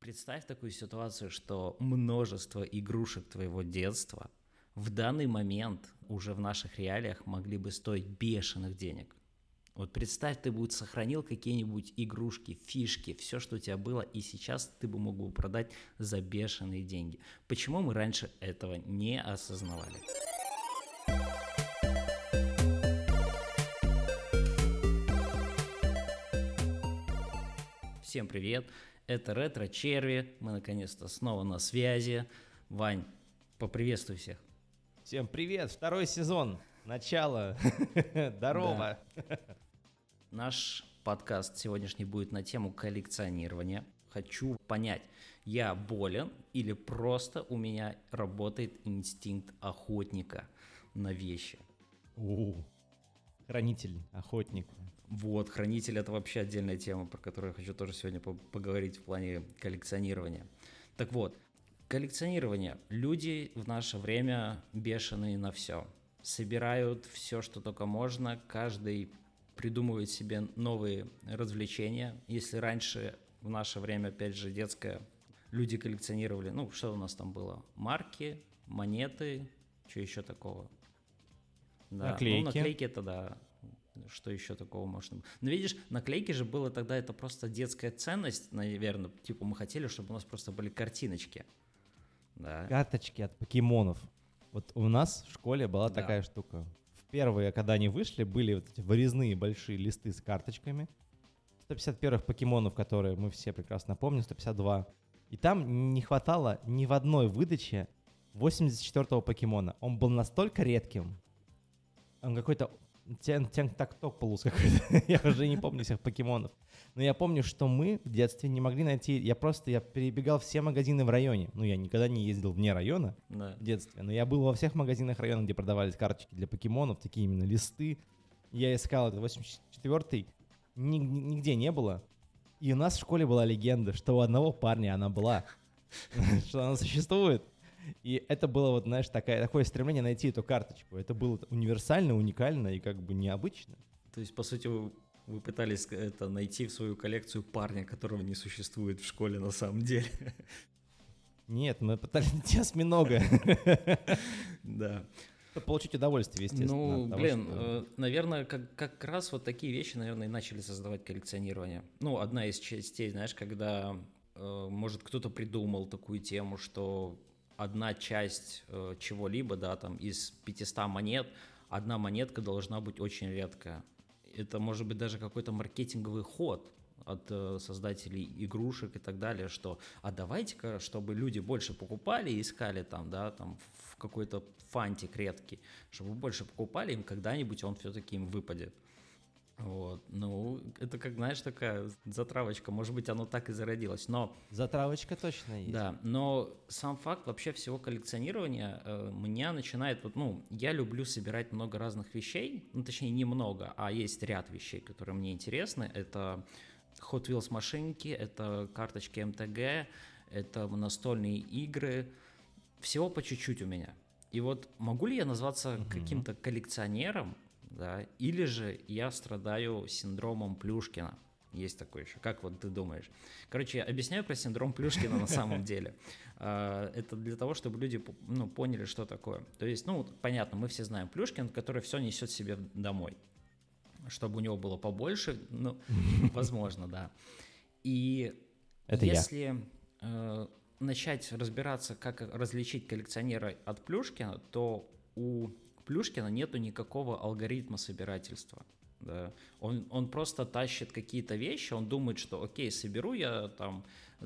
Представь такую ситуацию, что множество игрушек твоего детства в данный момент уже в наших реалиях могли бы стоить бешеных денег. Вот представь, ты бы сохранил какие-нибудь игрушки, фишки, все, что у тебя было, и сейчас ты бы мог бы продать за бешеные деньги. Почему мы раньше этого не осознавали? Всем привет, это Ретро-Черви, мы наконец-то снова на связи. Вань, поприветствуй всех. Всем привет, второй сезон, начало, здорово. Наш подкаст сегодняшний будет на тему коллекционирования. Хочу понять, я болен или просто у меня работает инстинкт охотника на вещи. Хранитель, охотник. Вот, хранитель — это вообще отдельная тема, про которую я хочу тоже сегодня поговорить в плане коллекционирования. Так вот, коллекционирование. Люди в наше время бешеные на все. Собирают все, что только можно, каждый придумывает себе новые развлечения. Если раньше, в наше время, опять же, детское, люди коллекционировали, что у нас там было? Марки, монеты, что еще такого? Да. Наклейки. Наклейки это да. Что еще такого можно было? Но видишь, наклейки же было тогда, это просто детская ценность, наверное. Типа мы хотели, чтобы у нас просто были картиночки. Да. Карточки от покемонов. Вот у нас в школе была такая штука. В первые, когда они вышли, были вот эти вырезные большие листы с карточками. 151 покемонов, которые мы все прекрасно помним, 152. И там не хватало ни в одной выдаче 84-го покемона. Он был настолько редким. Он какой-то Тентактополус какой-то. Я уже не помню всех покемонов. Но я помню, что мы в детстве не могли найти... Я перебегал все магазины в районе. Я никогда не ездил вне района в детстве. Но я был во всех магазинах района, где продавались карточки для покемонов, такие именно листы. Я искал этот 84-й. Нигде не было. И у нас в школе была легенда, что у одного парня она была. Что она существует. И это было, вот, знаешь, такое стремление найти эту карточку. Это было универсально, уникально и как бы необычно. То есть, по сути, вы пытались найти в свою коллекцию парня, которого не существует в школе на самом деле. Нет, мы пытались найти осьминога. Да. Чтобы получить удовольствие, естественно. Наверное, как раз вот такие вещи, наверное, и начали создавать коллекционирование. Одна из частей, знаешь, когда, может, кто-то придумал такую тему, что одна часть чего-либо, да, там из 500 монет, одна монетка должна быть очень редкая. Это может быть даже какой-то маркетинговый ход от создателей игрушек и так далее, что давайте-ка, чтобы люди больше покупали и искали там, да, там в какой-то фантик редкий, чтобы больше покупали, им когда-нибудь он все-таки им выпадет. Вот, это как, знаешь, такая затравочка, может быть, оно так и зародилось, но... Затравочка точно есть. Да, но сам факт вообще всего коллекционирования меня начинает, я люблю собирать много разных вещей, точнее, не много, а есть ряд вещей, которые мне интересны, это Hot Wheels машинки, это карточки МТГ, это настольные игры, всего по чуть-чуть у меня. И вот могу ли я назваться каким-то коллекционером? Да, или же я страдаю синдромом Плюшкина. Есть такой еще. Как вот ты думаешь? Короче, я объясняю про синдром Плюшкина на самом деле. Это для того, чтобы люди поняли, что такое. То есть, понятно, мы все знаем Плюшкин, который все несет себе домой. Чтобы у него было побольше, возможно, да. И если начать разбираться, как различить коллекционера от Плюшкина, то у Плюшкина нету никакого алгоритма собирательства. Да. Он просто тащит какие-то вещи, он думает, что окей, соберу я там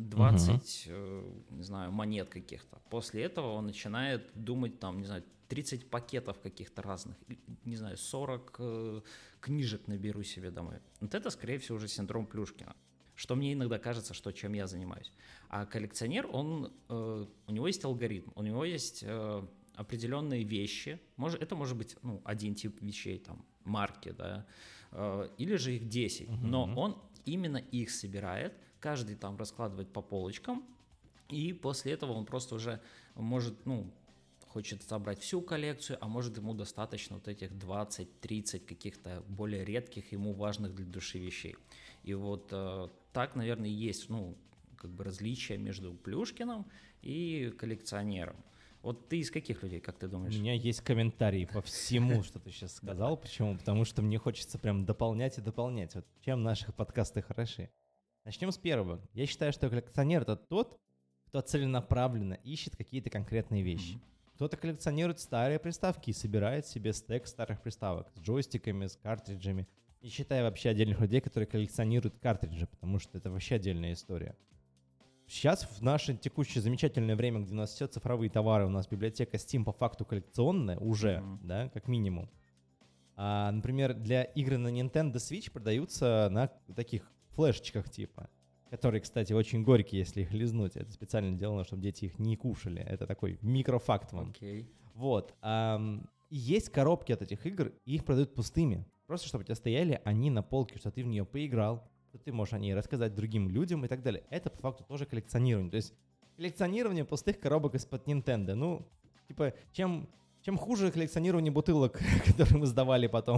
20, не знаю, монет каких-то. После этого он начинает думать там, не знаю, 30 пакетов каких-то разных, не знаю, 40 книжек наберу себе домой. Вот это, скорее всего, уже синдром Плюшкина. Что мне иногда кажется, что чем я занимаюсь. А коллекционер, у него есть алгоритм, у него есть... определенные вещи, это может быть один тип вещей, там, марки, да, или же их 10, но он именно их собирает, каждый там раскладывает по полочкам, и после этого он просто уже может, хочет собрать всю коллекцию, а может ему достаточно вот этих 20-30 каких-то более редких, ему важных для души вещей. И вот так, наверное, есть, как бы различия между Плюшкиным и коллекционером. Вот ты из каких людей, как ты думаешь? У меня есть комментарии по всему, что ты сейчас сказал. Почему? Потому что мне хочется прям дополнять и дополнять. Вот чем наши подкасты хороши. Начнем с первого. Я считаю, что коллекционер — это тот, кто целенаправленно ищет какие-то конкретные вещи. Кто-то коллекционирует старые приставки и собирает себе стек старых приставок с джойстиками, с картриджами. Не считая вообще отдельных людей, которые коллекционируют картриджи, потому что это вообще отдельная история. Сейчас, в наше текущее замечательное время, где у нас все цифровые товары, у нас библиотека Steam по факту коллекционная уже, да, как минимум. Например, для игр на Nintendo Switch продаются на таких флешечках типа, которые, кстати, очень горькие, если их лизнуть. Это специально сделано, чтобы дети их не кушали. Это такой микрофакт вам. Okay. Вот. И есть коробки от этих игр, и их продают пустыми. Просто чтобы у тебя стояли они на полке, что ты в нее поиграл, что ты можешь о ней рассказать другим людям и так далее. Это по факту тоже коллекционирование. То есть коллекционирование пустых коробок из-под Nintendo. Ну, типа, чем хуже коллекционирование бутылок, которые мы сдавали потом,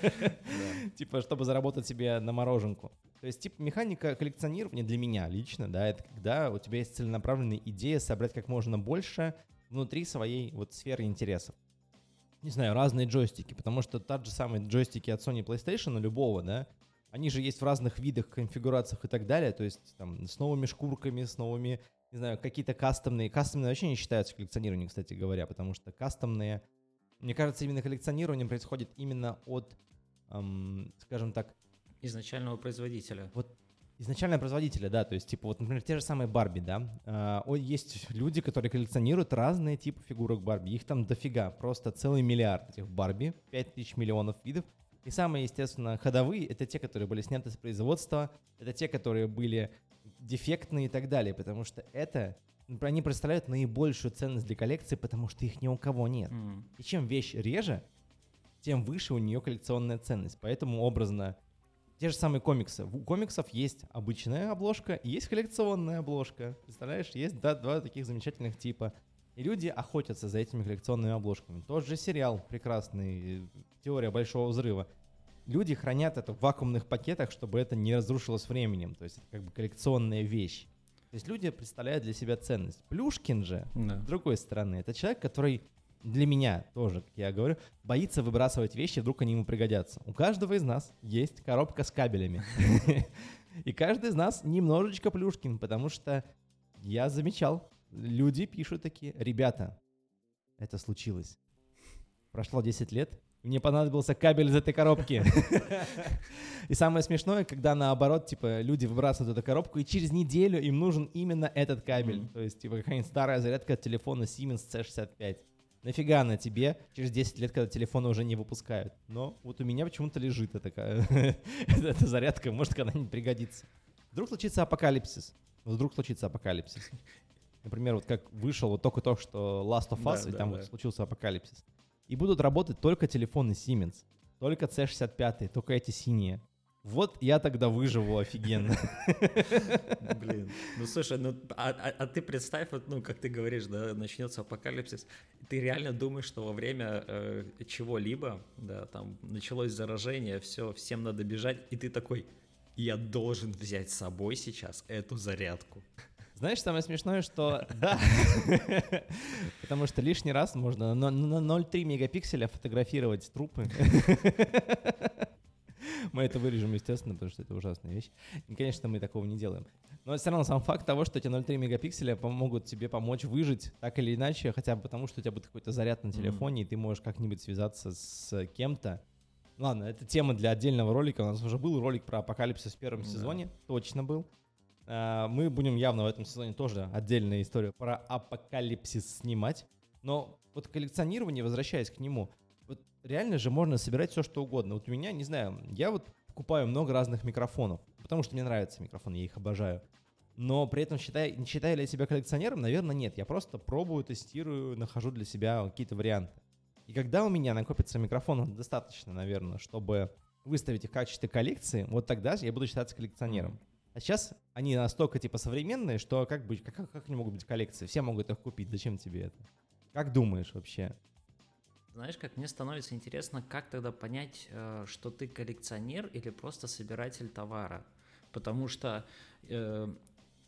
типа, чтобы заработать себе на мороженку. То есть, типа, механика коллекционирования для меня лично, да, это когда у тебя есть целенаправленная идея собрать как можно больше внутри своей вот сферы интересов. Не знаю, разные джойстики, потому что тот же самый джойстики от Sony PlayStation, любого, да, они же есть в разных видах, конфигурациях и так далее, то есть там с новыми шкурками, с новыми, не знаю, какие-то кастомные. Кастомные вообще не считаются коллекционированием, кстати говоря, потому что кастомные, мне кажется, именно коллекционирование происходит именно от, скажем так... изначального производителя. Вот изначально производителя, да, то есть, типа, вот, например, те же самые Барби, да, есть люди, которые коллекционируют разные типы фигурок Барби, их там дофига, просто целый миллиард этих Барби, 5000 миллионов видов, и самые, естественно, ходовые — это те, которые были сняты с производства, это те, которые были дефектные и так далее, потому что они представляют наибольшую ценность для коллекции, потому что их ни у кого нет. И чем вещь реже, тем выше у нее коллекционная ценность, поэтому образно те же самые комиксы. У комиксов есть обычная обложка и есть коллекционная обложка. Представляешь, есть два таких замечательных типа. И люди охотятся за этими коллекционными обложками. Тот же сериал прекрасный, «Теория большого взрыва». Люди хранят это в вакуумных пакетах, чтобы это не разрушилось временем. То есть это как бы коллекционная вещь. То есть люди представляют для себя ценность. Плюшкин же, с другой стороны, это человек, который для меня тоже, как я говорю, боится выбрасывать вещи, вдруг они ему пригодятся. У каждого из нас есть коробка с кабелями. И каждый из нас немножечко Плюшкин, потому что я замечал, люди пишут такие: ребята, это случилось. Прошло 10 лет, и мне понадобился кабель из этой коробки. И самое смешное, когда наоборот, типа, люди выбрасывают эту коробку, и через неделю им нужен именно этот кабель. То есть, типа, какая-нибудь старая зарядка от телефона Siemens C65. Нафига она тебе через 10 лет, когда телефоны уже не выпускают? Но вот у меня почему-то лежит эта зарядка, может, когда-нибудь пригодится. Вдруг случится апокалипсис. Например, вот как вышел вот только что Last of Us, и там вот случился апокалипсис. И будут работать только телефоны Siemens, только C65, только эти синие. Вот я тогда выживу офигенно. Блин, ну слушай, а ты представь, вот, ну как ты говоришь, да, начнется апокалипсис, ты реально думаешь, что во время чего-либо, да, там началось заражение, всем надо бежать, и ты такой: я должен взять с собой сейчас эту зарядку. Знаешь, самое смешное, что да, потому что лишний раз можно на 0,3 мегапикселя фотографировать трупы. Мы это вырежем, естественно, потому что это ужасная вещь. И, конечно, мы такого не делаем. Но все равно сам факт того, что эти 0,3 мегапикселя помогут тебе помочь выжить так или иначе, хотя бы потому, что у тебя будет какой-то заряд на телефоне, и ты можешь как-нибудь связаться с кем-то. Ладно, это тема для отдельного ролика. У нас уже был ролик про апокалипсис в первом сезоне. Точно был. Мы будем явно в этом сезоне тоже отдельную историю про апокалипсис снимать. Но вот коллекционирование, возвращаясь к нему, вот реально же можно собирать все, что угодно. Вот у меня, не знаю, я вот покупаю много разных микрофонов, потому что мне нравятся микрофоны, я их обожаю. Но при этом, не считаю ли я себя коллекционером, наверное, нет. Я просто пробую, тестирую, нахожу для себя какие-то варианты. И когда у меня накопится микрофонов достаточно, наверное, чтобы выставить их в качестве коллекции, вот тогда я буду считаться коллекционером. А сейчас они настолько типа современные, что как они могут быть коллекции? Все могут их купить. Зачем тебе это? Как думаешь вообще? Знаешь, как мне становится интересно, как тогда понять, что ты коллекционер или просто собиратель товара? Потому что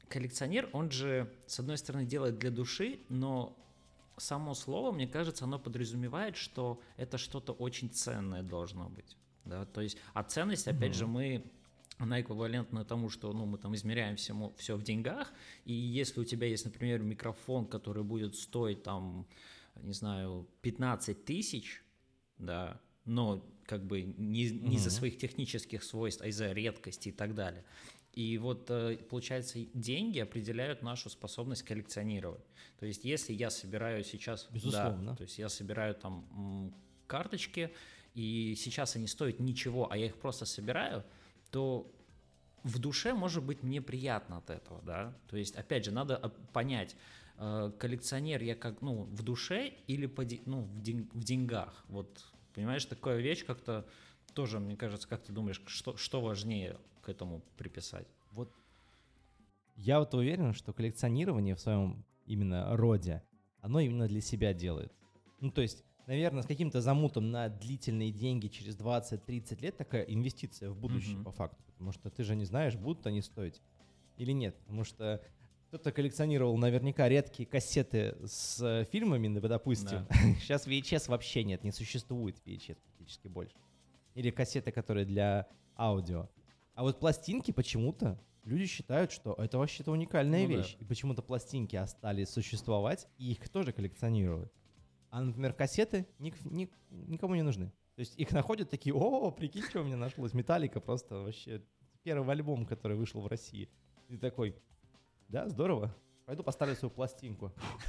коллекционер, он же, с одной стороны, делает для души, но само слово, мне кажется, оно подразумевает, что это что-то очень ценное должно быть. Да? То есть, а ценность, опять же, она эквивалентна тому, что мы там измеряем все в деньгах, и если у тебя есть, например, микрофон, который будет стоить там, не знаю, 15 тысяч, да, но как бы не из-за своих технических свойств, а из-за редкости и так далее. И вот, получается, деньги определяют нашу способность коллекционировать. То есть, если я собираю сейчас... Безусловно. Да, то есть, я собираю там карточки, и сейчас они стоят ничего, а я их просто собираю, то в душе, может быть, мне приятно от этого, да. То есть, опять же, надо понять, коллекционер я как, в душе или в деньгах. Вот, понимаешь, такая вещь как-то тоже, мне кажется, как ты думаешь, что важнее к этому приписать? Вот я вот уверен, что коллекционирование в своем именно роде, оно именно для себя делает. Ну, то есть, наверное, с каким-то замутом на длительные деньги через 20-30 лет такая инвестиция в будущее по факту. Потому что ты же не знаешь, будут они стоить или нет. Потому что кто-то коллекционировал наверняка редкие кассеты с фильмами, допустим. Да. Сейчас VHS вообще нет, не существует VHS практически больше. Или кассеты, которые для аудио. А вот пластинки почему-то люди считают, что это вообще-то уникальная вещь. Да. И почему-то пластинки остались существовать, и их тоже коллекционируют. А, например, кассеты никому не нужны. То есть их находят такие: о, прикинь, что у меня нашлось. Металлика просто вообще первый альбом, который вышел в России. И ты такой: да, здорово, пойду поставлю свою пластинку.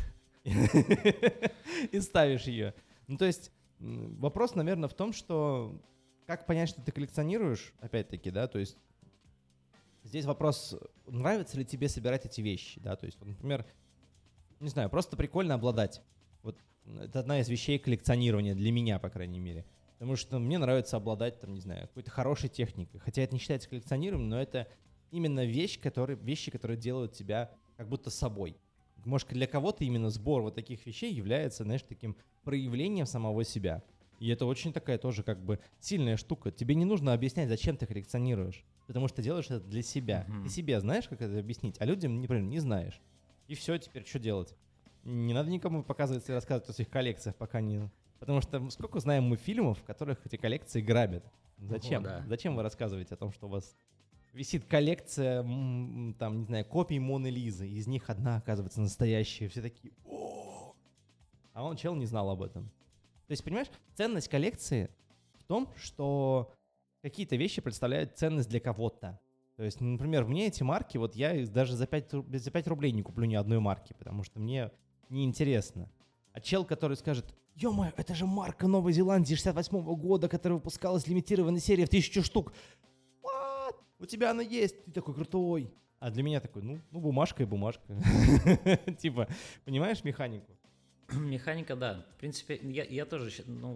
И ставишь ее. Ну, то есть вопрос, наверное, в том, что как понять, что ты коллекционируешь, опять-таки, да, то есть здесь вопрос, нравится ли тебе собирать эти вещи, да, то есть, например, не знаю, просто прикольно обладать. Вот это одна из вещей коллекционирования для меня, по крайней мере. Потому что мне нравится обладать, там, не знаю, какой-то хорошей техникой. Хотя это не считается коллекционированием, но это именно вещи, которые делают тебя как будто собой. Может, для кого-то именно сбор вот таких вещей является, знаешь, таким проявлением самого себя. И это очень такая тоже как бы сильная штука. Тебе не нужно объяснять, зачем ты коллекционируешь, потому что делаешь это для себя. Ты себе знаешь, как это объяснить, а людям, например, не знаешь. И все, теперь что делать? Не надо никому показывать и рассказывать о своих коллекциях, пока не... Потому что сколько знаем мы фильмов, в которых эти коллекции грабят. Зачем? Да. Зачем вы рассказываете о том, что у вас висит коллекция, там, не знаю, копий Моны Лизы, из них одна оказывается настоящая, все такие: о! А он, чел, не знал об этом. То есть, понимаешь, ценность коллекции в том, что какие-то вещи представляют ценность для кого-то. То есть, например, мне эти марки, вот я даже за 5 рублей не куплю ни одной марки, потому что мне неинтересно. А чел, который скажет: ё-моё, это же марка Новой Зеландии 68-го года, которая выпускалась лимитированной серии в 1000 штук. What? У тебя она есть, ты такой крутой. А для меня такой, ну бумажка и бумажка. Типа, понимаешь механику? Механика, да. В принципе, я тоже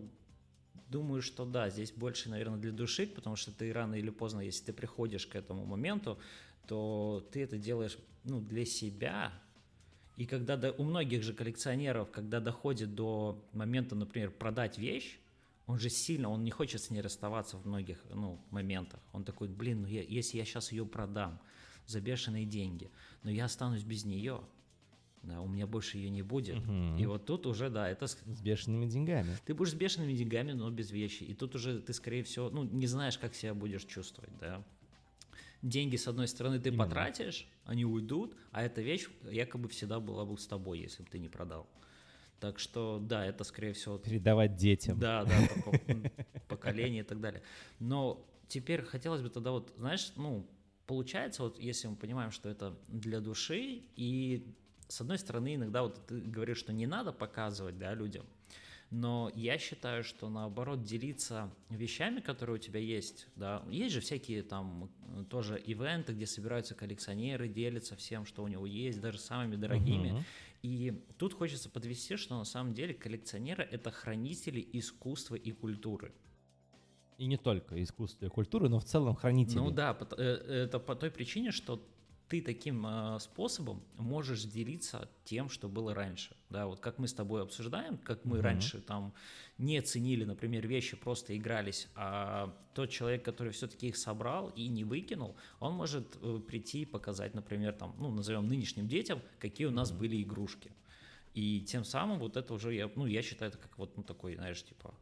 думаю, что да, здесь больше, наверное, для души, потому что ты рано или поздно, если ты приходишь к этому моменту, то ты это делаешь для себя. И когда у многих же коллекционеров, когда доходит до момента, например, продать вещь, он не хочет с ней расставаться в многих моментах. Он такой: блин, если я сейчас ее продам за бешеные деньги, но я останусь без нее, да, у меня больше ее не будет. И вот тут уже, да, это... С бешеными деньгами. Ты будешь с бешеными деньгами, но без вещи. И тут уже ты, скорее всего, не знаешь, как себя будешь чувствовать, да. Деньги, с одной стороны, ты потратишь, они уйдут, а эта вещь якобы всегда была бы с тобой, если бы ты не продал. Так что, да, это, скорее всего... Передавать детям. Да, поколение и так далее. Но теперь хотелось бы тогда вот, знаешь, получается, вот если мы понимаем, что это для души, и с одной стороны, иногда вот ты говоришь, что не надо показывать, да, людям, но я считаю, что наоборот делиться вещами, которые у тебя есть, да, есть же всякие там тоже ивенты, где собираются коллекционеры, делятся всем, что у него есть, даже самыми дорогими. И тут хочется подвести, что на самом деле коллекционеры — это хранители искусства и культуры. И не только искусства и культуры, но в целом хранители. Ну да, это по той причине, что ты таким способом можешь делиться тем, что было раньше. Да, вот как мы с тобой обсуждаем, как мы раньше там не ценили, например, вещи, просто игрались, а тот человек, который все-таки их собрал и не выкинул, он может прийти и показать, например, там, ну, назовем нынешним детям, какие у нас были игрушки. И тем самым вот это уже, я считаю, это как вот такой, знаешь, типа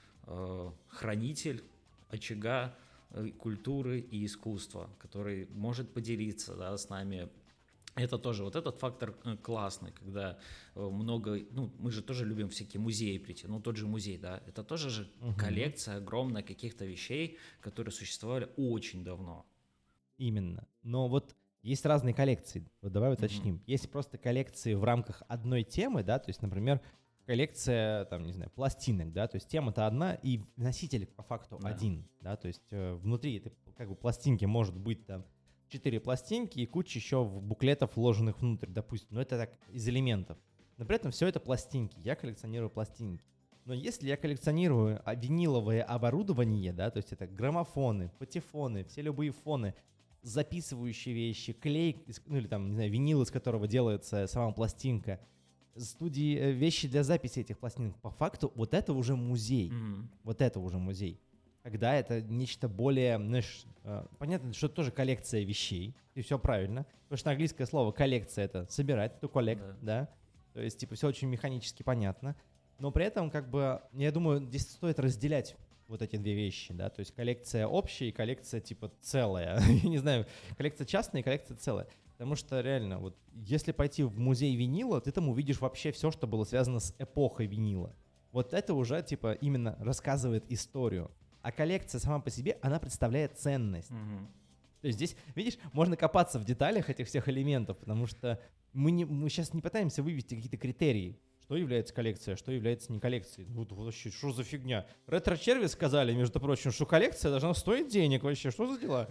хранитель очага культуры и искусства, который может поделиться, да, с нами. Это тоже, вот этот фактор классный, когда много, мы же тоже любим всякие музеи прийти, тот же музей, да, это тоже же коллекция огромная каких-то вещей, которые существовали очень давно. Именно. Но вот есть разные коллекции, вот давай уточним. Есть просто коллекции в рамках одной темы, да, то есть, например, коллекция, там, не знаю, пластинок, да, то есть тема-то одна, и носитель по факту один, да, то есть внутри этой как бы пластинки может быть там 4 пластинки и куча еще буклетов, вложенных внутрь, допустим, но это так из элементов. Но при этом все это пластинки, я коллекционирую пластинки. Но если я коллекционирую виниловое оборудование, да, то есть это граммофоны, патефоны, все любые фоны, записывающие вещи, клей, ну или там, не знаю, винил, из которого делается сама пластинка, студии, вещи для записи этих пластинок, по факту вот это уже музей. Вот это уже музей. Когда это нечто более, знаешь, понятно, что это тоже коллекция вещей, и все правильно, потому что английское слово коллекция — это собирать, to collect, да, то есть типа все очень механически понятно, но при этом как бы, я думаю, здесь стоит разделять вот эти две вещи, да, то есть коллекция общая и коллекция типа целая, я не знаю, коллекция частная и коллекция целая. Потому что реально, вот если пойти в музей винила, ты там увидишь вообще все, что было связано с эпохой винила. Вот это уже типа именно рассказывает историю. А коллекция сама по себе, она представляет ценность. То есть здесь, видишь, можно копаться в деталях этих всех элементов, потому что мы сейчас не пытаемся вывести какие-то критерии, что является коллекцией, а что является не коллекцией. Вот вообще, что за фигня? Ретро-черви сказали, между прочим, что коллекция должна стоить денег вообще. Что за дела?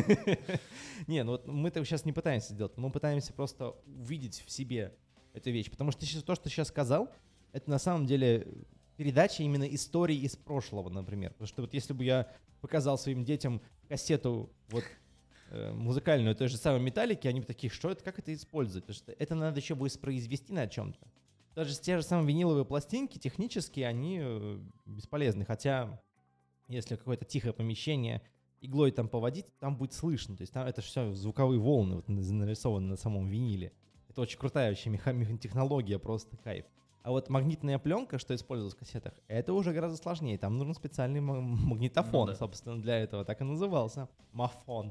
Не, ну вот мы это сейчас не пытаемся сделать. Мы пытаемся просто увидеть в себе эту вещь. Потому что то, что ты сейчас сказал, это на самом деле передача именно истории из прошлого, например. Потому что вот если бы я показал своим детям кассету вот музыкальную той же самой Металлики, они бы такие, что это, как это использовать? Потому что это надо еще воспроизвести на чем-то. Даже те же самые виниловые пластинки, технически они бесполезны. Хотя, если какое-то тихое помещение, иглой там поводить, там будет слышно. То есть там это же все звуковые волны вот, нарисованы на самом виниле. Это очень крутая вообще технология, просто кайф. А вот магнитная пленка, что используется в кассетах, это уже гораздо сложнее. Там нужен специальный магнитофон, собственно, для этого. Так и назывался. Мафон.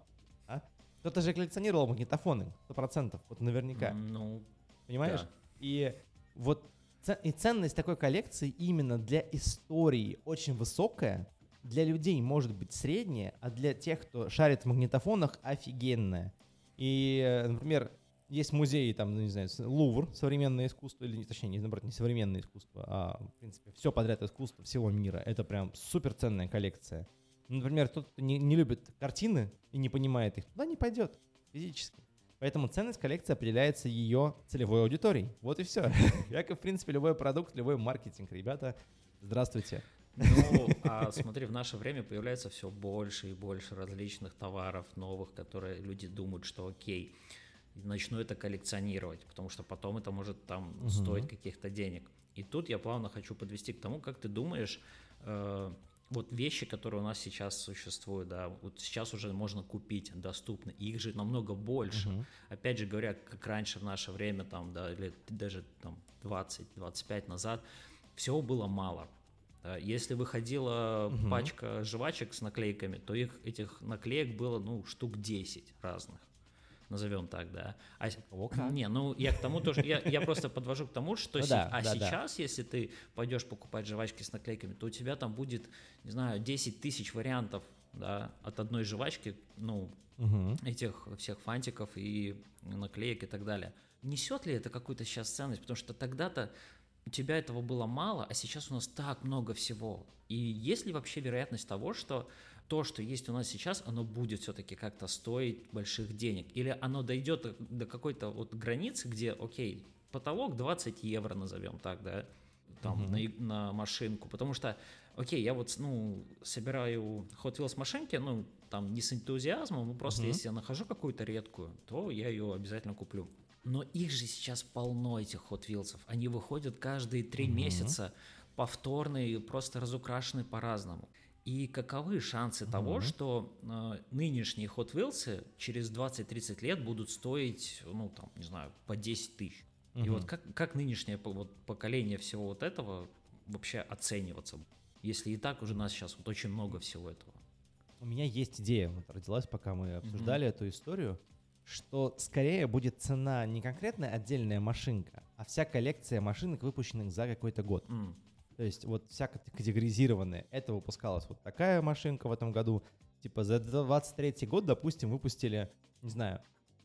Кто-то же коллекционировал магнитофоны, 100%, вот наверняка. Понимаешь? Да. И вот и ценность такой коллекции именно для истории очень высокая, для людей может быть средняя, а для тех, кто шарит в магнитофонах, офигенная. И, например, есть музеи, там, ну, не знаю, Лувр, современное искусство, или, точнее, наоборот, не современное искусство, а, в принципе, все подряд искусство всего мира. Это прям суперценная коллекция. Например, тот, кто не любит картины и не понимает их, туда не пойдет физически. Поэтому ценность коллекции определяется ее целевой аудиторией. Вот и все. Как и, в принципе, любой продукт, любой маркетинг. Ребята, здравствуйте. А смотри, в наше время появляется все больше и больше различных товаров новых, которые люди думают, что окей, начну это коллекционировать, потому что потом это может там стоить каких-то денег. И тут я плавно хочу подвести к тому, как ты думаешь, вот вещи, которые у нас сейчас существуют, да, вот сейчас уже можно купить доступно, и их же намного больше. Опять же говоря, как раньше в наше время, там, да, или даже там 20-25 назад, всего было мало. Да. Если выходила пачка жвачек с наклейками, то этих наклеек было, штук 10 разных. Назовем так, да. Я к тому тоже, я просто подвожу к тому, что сейчас, если ты пойдешь покупать жвачки с наклейками, то у тебя там будет, не знаю, 10 тысяч вариантов, да, от одной жвачки, этих всех фантиков и наклеек и так далее. Несет ли это какую-то сейчас ценность? Потому что тогда-то у тебя этого было мало, а сейчас у нас так много всего. И есть ли вообще вероятность того, что то, что есть у нас сейчас, оно будет все-таки как-то стоить больших денег? Или оно дойдет до какой-то вот границы, где, окей, потолок 20 евро, назовем так, да? там на машинку, потому что, окей, я вот, собираю Hot Wheels машинки, там не с энтузиазмом, просто если я нахожу какую-то редкую, то я ее обязательно куплю. Но их же сейчас полно, этих Hot Wheels'ов. Они выходят каждые 3 месяца, повторные, просто разукрашены по-разному. И каковы шансы того, что нынешние Hot Wheels'ы через 20-30 лет будут стоить, не знаю, по 10 тысяч? И вот как нынешнее поколение всего вот этого вообще оцениваться, если и так уже у нас сейчас вот очень много всего этого? У меня есть идея, вот родилась, пока мы обсуждали эту историю, что скорее будет цена не конкретная отдельная машинка, а вся коллекция машинок, выпущенных за какой-то год. То есть вот вся категоризированная. Это выпускалась вот такая машинка в этом году. Типа за 23 год, допустим, выпустили, не знаю,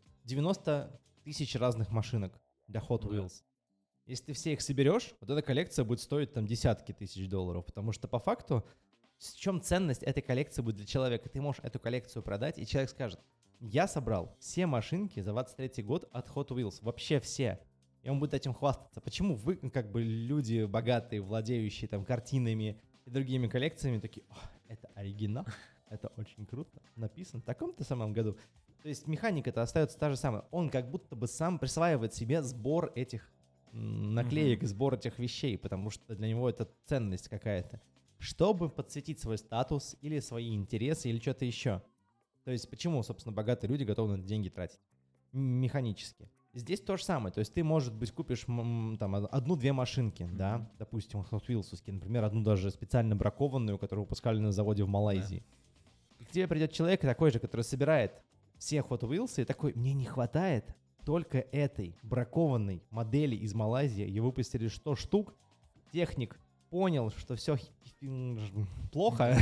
90 тысяч разных машинок для Hot Wheels. Если ты все их соберешь, вот эта коллекция будет стоить там десятки тысяч долларов, потому что по факту в чем ценность этой коллекции будет для человека? Ты можешь эту коллекцию продать, и человек скажет: я собрал все машинки за 23 год от Hot Wheels, вообще все. И он будет этим хвастаться. Почему вы, как бы, люди богатые, владеющие там картинами и другими коллекциями, такие: это оригинал, это очень круто, написан в таком-то самом году. То есть механика-то остается та же самая. Он как будто бы сам присваивает себе сбор этих наклеек, сбор этих вещей, потому что для него это ценность какая-то, чтобы подсветить свой статус или свои интересы или что-то еще. То есть почему, собственно, богатые люди готовы на это деньги тратить механически? Здесь то же самое. То есть ты, может быть, купишь там одну-две машинки, да, допустим, Hot Wheels'овские, например, одну даже специально бракованную, которую выпускали на заводе в Малайзии. И к тебе придет человек такой же, который собирает все Hot Wheels и такой: мне не хватает только этой бракованной модели из Малайзии. Ее выпустили 100 штук. Техник понял, что все плохо,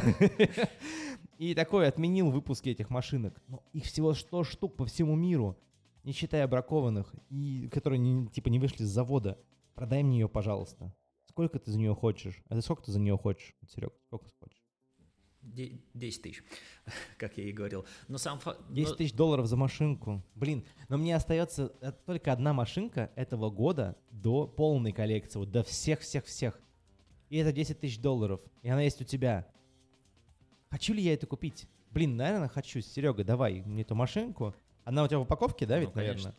и такой отменил выпуски этих машинок. Но их всего 100 штук по всему миру, не считая бракованных, и которые не вышли с завода. Продай мне ее, пожалуйста. Сколько ты за нее хочешь? А ты сколько ты за нее хочешь, Серег? Сколько хочешь? 10 тысяч, как я и говорил. Но сам 10 тысяч долларов за машинку. Блин, но мне остается только одна машинка этого года до полной коллекции, вот до всех-всех-всех. И это 10 тысяч долларов. И она есть у тебя. Хочу ли я это купить? Блин, наверное, хочу. Серега, давай мне эту машинку. Она у тебя в упаковке, да, ведь, наверное?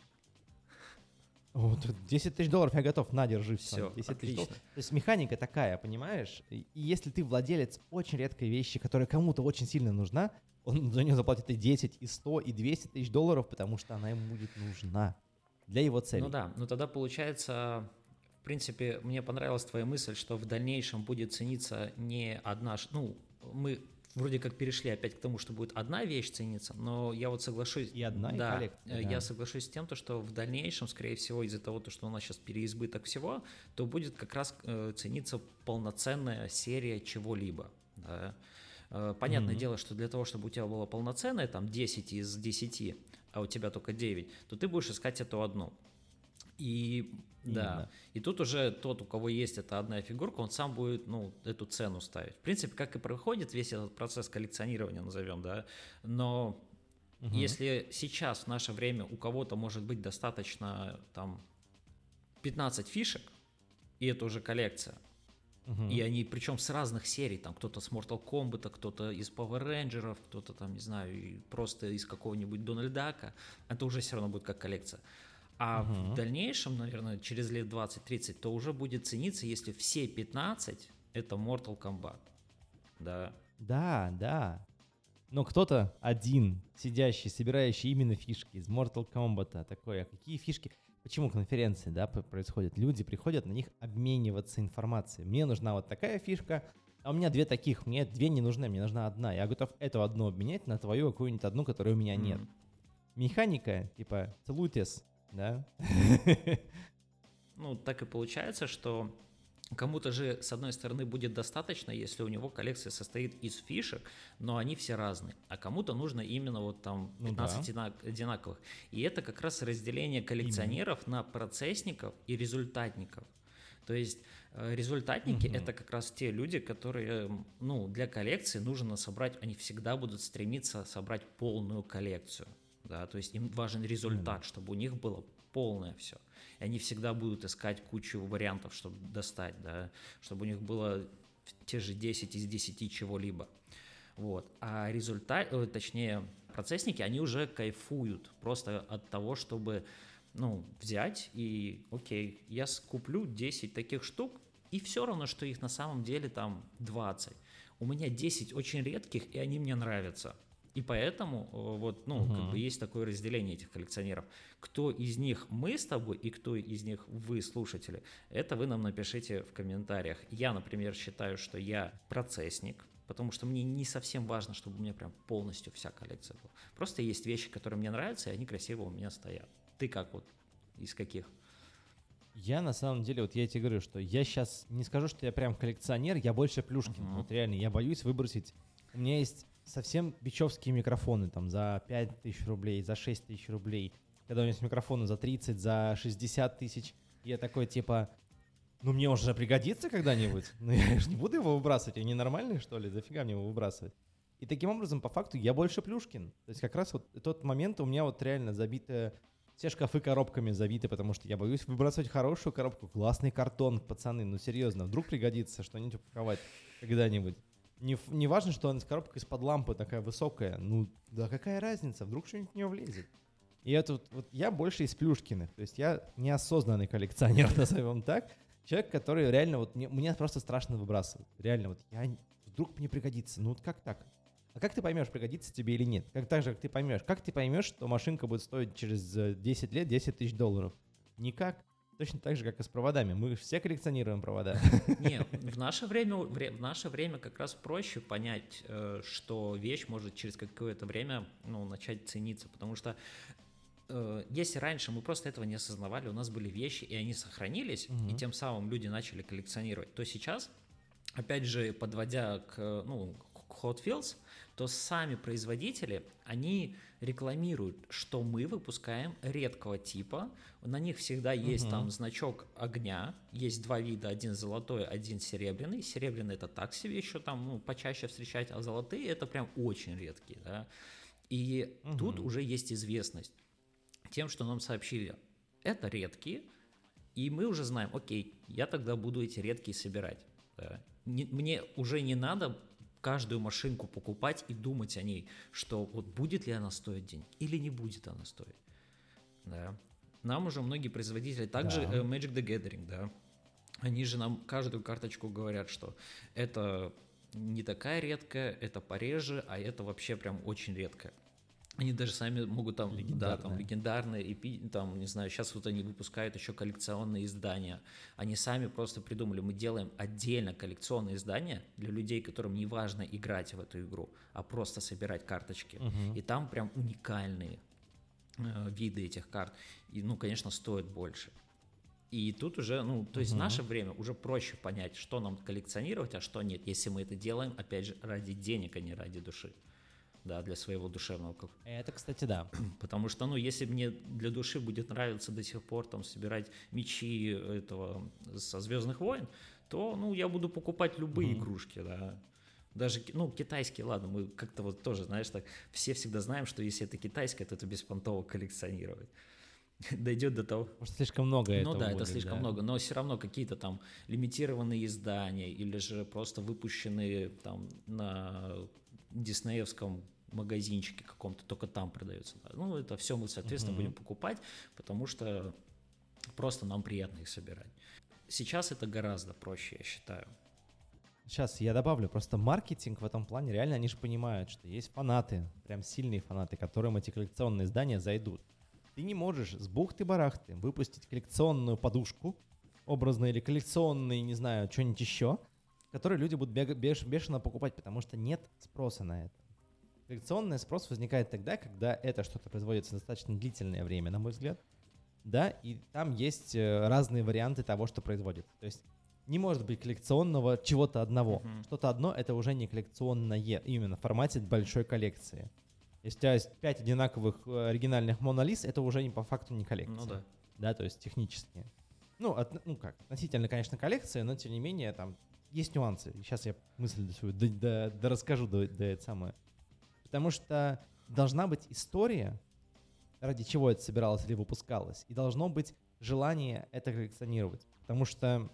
Вот, 10 тысяч долларов я готов. На, держи все. 10 тысяч долларов. То есть механика такая, понимаешь? И если ты владелец очень редкой вещи, которая кому-то очень сильно нужна, он за нее заплатит и 10, и 100, и 200 тысяч долларов, потому что она ему будет нужна для его цели. Ну да, но тогда получается... В принципе, мне понравилась твоя мысль, что в дальнейшем будет цениться не одна... мы вроде как перешли опять к тому, что будет одна вещь цениться, но я вот соглашусь... И одна, и коллекция. Я соглашусь с тем, что в дальнейшем, скорее всего, из-за того, что у нас сейчас переизбыток всего, то будет как раз цениться полноценная серия чего-либо. Да? Понятное дело, что для того, чтобы у тебя было полноценное, там 10 из 10, а у тебя только 9, то ты будешь искать эту одну. И да, и тут уже тот, у кого есть эта одна фигурка, он сам будет, эту цену ставить. В принципе, как и проходит весь этот процесс коллекционирования, назовем, да, но если сейчас, в наше время, у кого-то может быть достаточно, там, 15 фишек, и это уже коллекция, и они, причем с разных серий, там, кто-то с Mortal Kombat, кто-то из Power Rangers, кто-то там, не знаю, просто из какого-нибудь Дональд Дака, это уже все равно будет как коллекция. А в дальнейшем, наверное, через лет 20-30, то уже будет цениться, если все 15 — это Mortal Kombat. Да. Да. Но кто-то один, сидящий, собирающий именно фишки из Mortal Kombat, такой: а какие фишки? Почему конференции, да, происходят? Люди приходят на них обмениваться информацией. Мне нужна вот такая фишка, а у меня 2 таких. Мне 2 не нужны, мне нужна одна. Я готов эту одну обменять на твою какую-нибудь одну, которой у меня нет. Механика, типа, целуйтесь. Да. Так и получается, что кому-то же, с одной стороны, будет достаточно, если у него коллекция состоит из фишек, но они все разные, а кому-то нужно именно вот там 15 одинаковых. И это как раз разделение коллекционеров на процессников и результатников. То есть результатники — это как раз те люди, которые, для коллекции нужно собрать, они всегда будут стремиться собрать полную коллекцию. Да, то есть им важен результат, чтобы у них было полное все. И и они всегда будут искать кучу вариантов, чтобы достать, да, чтобы у них было те же 10 из 10 чего-либо. Вот. А точнее, процессники, они уже кайфуют просто от того, чтобы, взять и, окей, я куплю 10 таких штук, и все равно, что их на самом деле там 20. У меня 10 очень редких, и они мне нравятся. И поэтому как бы есть такое разделение этих коллекционеров. Кто из них мы с тобой и кто из них вы, слушатели, это вы нам напишите в комментариях. Я, например, считаю, что я процессник, потому что мне не совсем важно, чтобы у меня прям полностью вся коллекция была. Просто есть вещи, которые мне нравятся, и они красиво у меня стоят. Ты как вот? Из каких? Я на самом деле, вот я тебе говорю, что я сейчас не скажу, что я прям коллекционер, я больше Плюшкин. Вот реально, я боюсь выбросить. У меня есть совсем бичевские микрофоны там за 5000 рублей, за 6000 рублей. Когда у меня есть микрофоны за 30, за 60 тысяч, я такой типа, мне уже пригодится когда-нибудь. Я же не буду его выбрасывать, я ненормальный что ли, зафига мне его выбрасывать. И таким образом, по факту, я больше Плюшкин. То есть как раз вот тот момент у меня вот реально забито. Все шкафы коробками забиты, потому что я боюсь выбрасывать хорошую коробку. Классный картон, пацаны, серьезно. Вдруг пригодится что-нибудь упаковать когда-нибудь. Не важно, что она коробка из-под лампы такая высокая. Да какая разница, вдруг что-нибудь в нее влезет. И это вот я больше из Плюшкиных. То есть я неосознанный коллекционер, назовем так. Человек, который реально, мне просто страшно выбрасывать. Реально, вдруг мне пригодится. Как так? А как ты поймешь, пригодится тебе или нет? Как ты поймешь, что машинка будет стоить через 10 лет 10 тысяч долларов? Никак. Точно так же, как и с проводами. Мы все коллекционируем провода. Не, в наше время как раз проще понять, что вещь может через какое-то время начать цениться, потому что если раньше мы просто этого не осознавали, у нас были вещи, и они сохранились, и тем самым люди начали коллекционировать, то сейчас, опять же, подводя к Hot Wheels, то сами производители, они рекламируют, что мы выпускаем редкого типа, на них всегда есть там значок огня, есть два вида, один золотой, один серебряный. Серебряный — это так себе еще там почаще встречать, а золотые — это прям очень редкие, да. И тут уже есть известность тем, что нам сообщили, это редкие, и мы уже знаем, окей, я тогда буду эти редкие собирать, да. Мне уже не надо каждую машинку покупать и думать о ней, что вот будет ли она стоить денег или не будет она стоить. Да. Нам уже многие производители, также Magic the Gathering, да, они же нам каждую карточку говорят, что это не такая редкая, это пореже, а это вообще прям очень редкая. Они даже сами могут там, легендарные, и там, не знаю, сейчас вот они выпускают еще коллекционные издания. Они сами просто придумали, мы делаем отдельно коллекционные издания для людей, которым не важно играть в эту игру, а просто собирать карточки. И там прям уникальные виды этих карт. И, конечно, стоят больше. И тут уже, то есть в наше время уже проще понять, что нам коллекционировать, а что нет, если мы это делаем, опять же, ради денег, а не ради души. Да, для своего душевного. Это, кстати, да. Потому что, если мне для души будет нравиться до сих пор там собирать мечи этого со «Звездных войн», то, я буду покупать любые игрушки, да. Даже, китайские, ладно, мы как-то вот тоже, знаешь, так, все всегда знаем, что если это китайское, то это беспонтово коллекционировать. Дойдет до того. Может, слишком много этого. Да, это слишком много, но все равно какие-то там лимитированные издания или же просто выпущенные там на диснеевском магазинчике каком-то, только там продается. Это все мы, соответственно, будем покупать, потому что просто нам приятно их собирать. Сейчас это гораздо проще, я считаю. Сейчас я добавлю, просто маркетинг в этом плане, реально они же понимают, что есть фанаты, прям сильные фанаты, которым эти коллекционные издания зайдут. Ты не можешь с бухты-барахты выпустить коллекционную подушку, образно, или коллекционный, не знаю, что-нибудь еще, которые люди будут бешено покупать, потому что нет спроса на это. Коллекционный спрос возникает тогда, когда это что-то производится достаточно длительное время, на мой взгляд, да, и там есть разные варианты того, что производится. То есть не может быть коллекционного чего-то одного. Что-то одно — это уже не коллекционное, именно в формате большой коллекции. Если у тебя есть 5 одинаковых оригинальных Мона Лис, это уже по факту не коллекция. Да, то есть технически. Относительно, конечно, коллекция, но тем не менее там есть нюансы. Сейчас я мысль свою расскажу до это самое. Потому что должна быть история ради чего это собиралось или выпускалось. И должно быть желание это коллекционировать. Потому что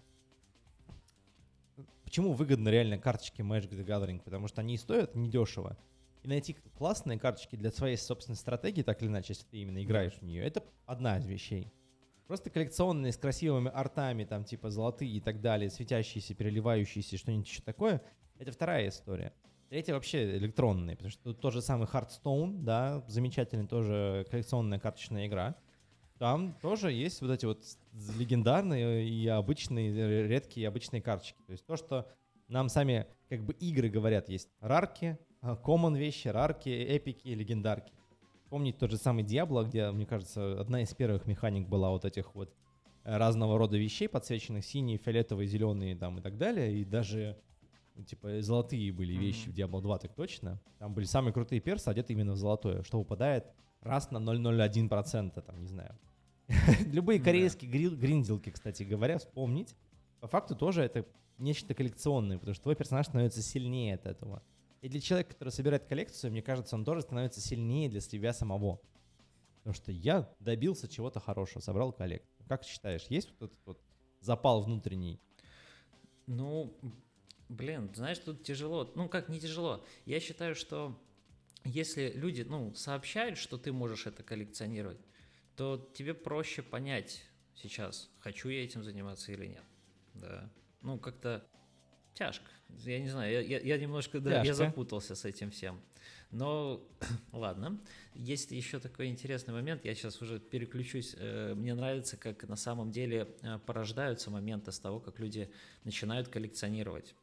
почему выгодны реально карточки Magic the Gathering? Потому что они стоят недешево. И найти классные карточки для своей собственной стратегии, так или иначе, если ты именно играешь в нее, это одна из вещей. Просто коллекционные с красивыми артами, там типа золотые и так далее, светящиеся, переливающиеся, что-нибудь еще такое, это вторая история. Третья вообще электронные, потому что тут тот же самый Hearthstone, да, замечательная тоже коллекционная карточная игра. Там тоже есть вот эти вот легендарные и обычные, редкие обычные карточки. То есть то, что нам сами как бы игры говорят, есть рарки, common вещи, рарки, эпики, легендарки. Помните тот же самый Diablo, где, мне кажется, одна из первых механик была вот этих вот разного рода вещей, подсвеченных синие, фиолетовые, зеленые там и так далее. И даже типа золотые были вещи в Diablo 2, так точно. Там были самые крутые персы, одеты именно в золотое, что выпадает раз на 0,01%, там, не знаю. Любые корейские гринделки, кстати говоря, вспомнить, по факту тоже это нечто коллекционное, потому что твой персонаж становится сильнее от этого. И для человека, который собирает коллекцию, мне кажется, он тоже становится сильнее для себя самого. Потому что я добился чего-то хорошего, собрал коллекцию. Как считаешь, есть вот этот вот запал внутренний? Ну, блин, знаешь, тут тяжело. Ну, как не тяжело. Я считаю, что если люди, сообщают, что ты можешь это коллекционировать, то тебе проще понять сейчас, хочу я этим заниматься или нет. Да. Ну, как-то тяжко. Я не знаю, я немножко, я запутался с этим всем. Но, ладно. Есть еще такой интересный момент, я сейчас уже переключусь. Мне нравится, как на самом деле порождаются моменты с того, как люди начинают коллекционировать.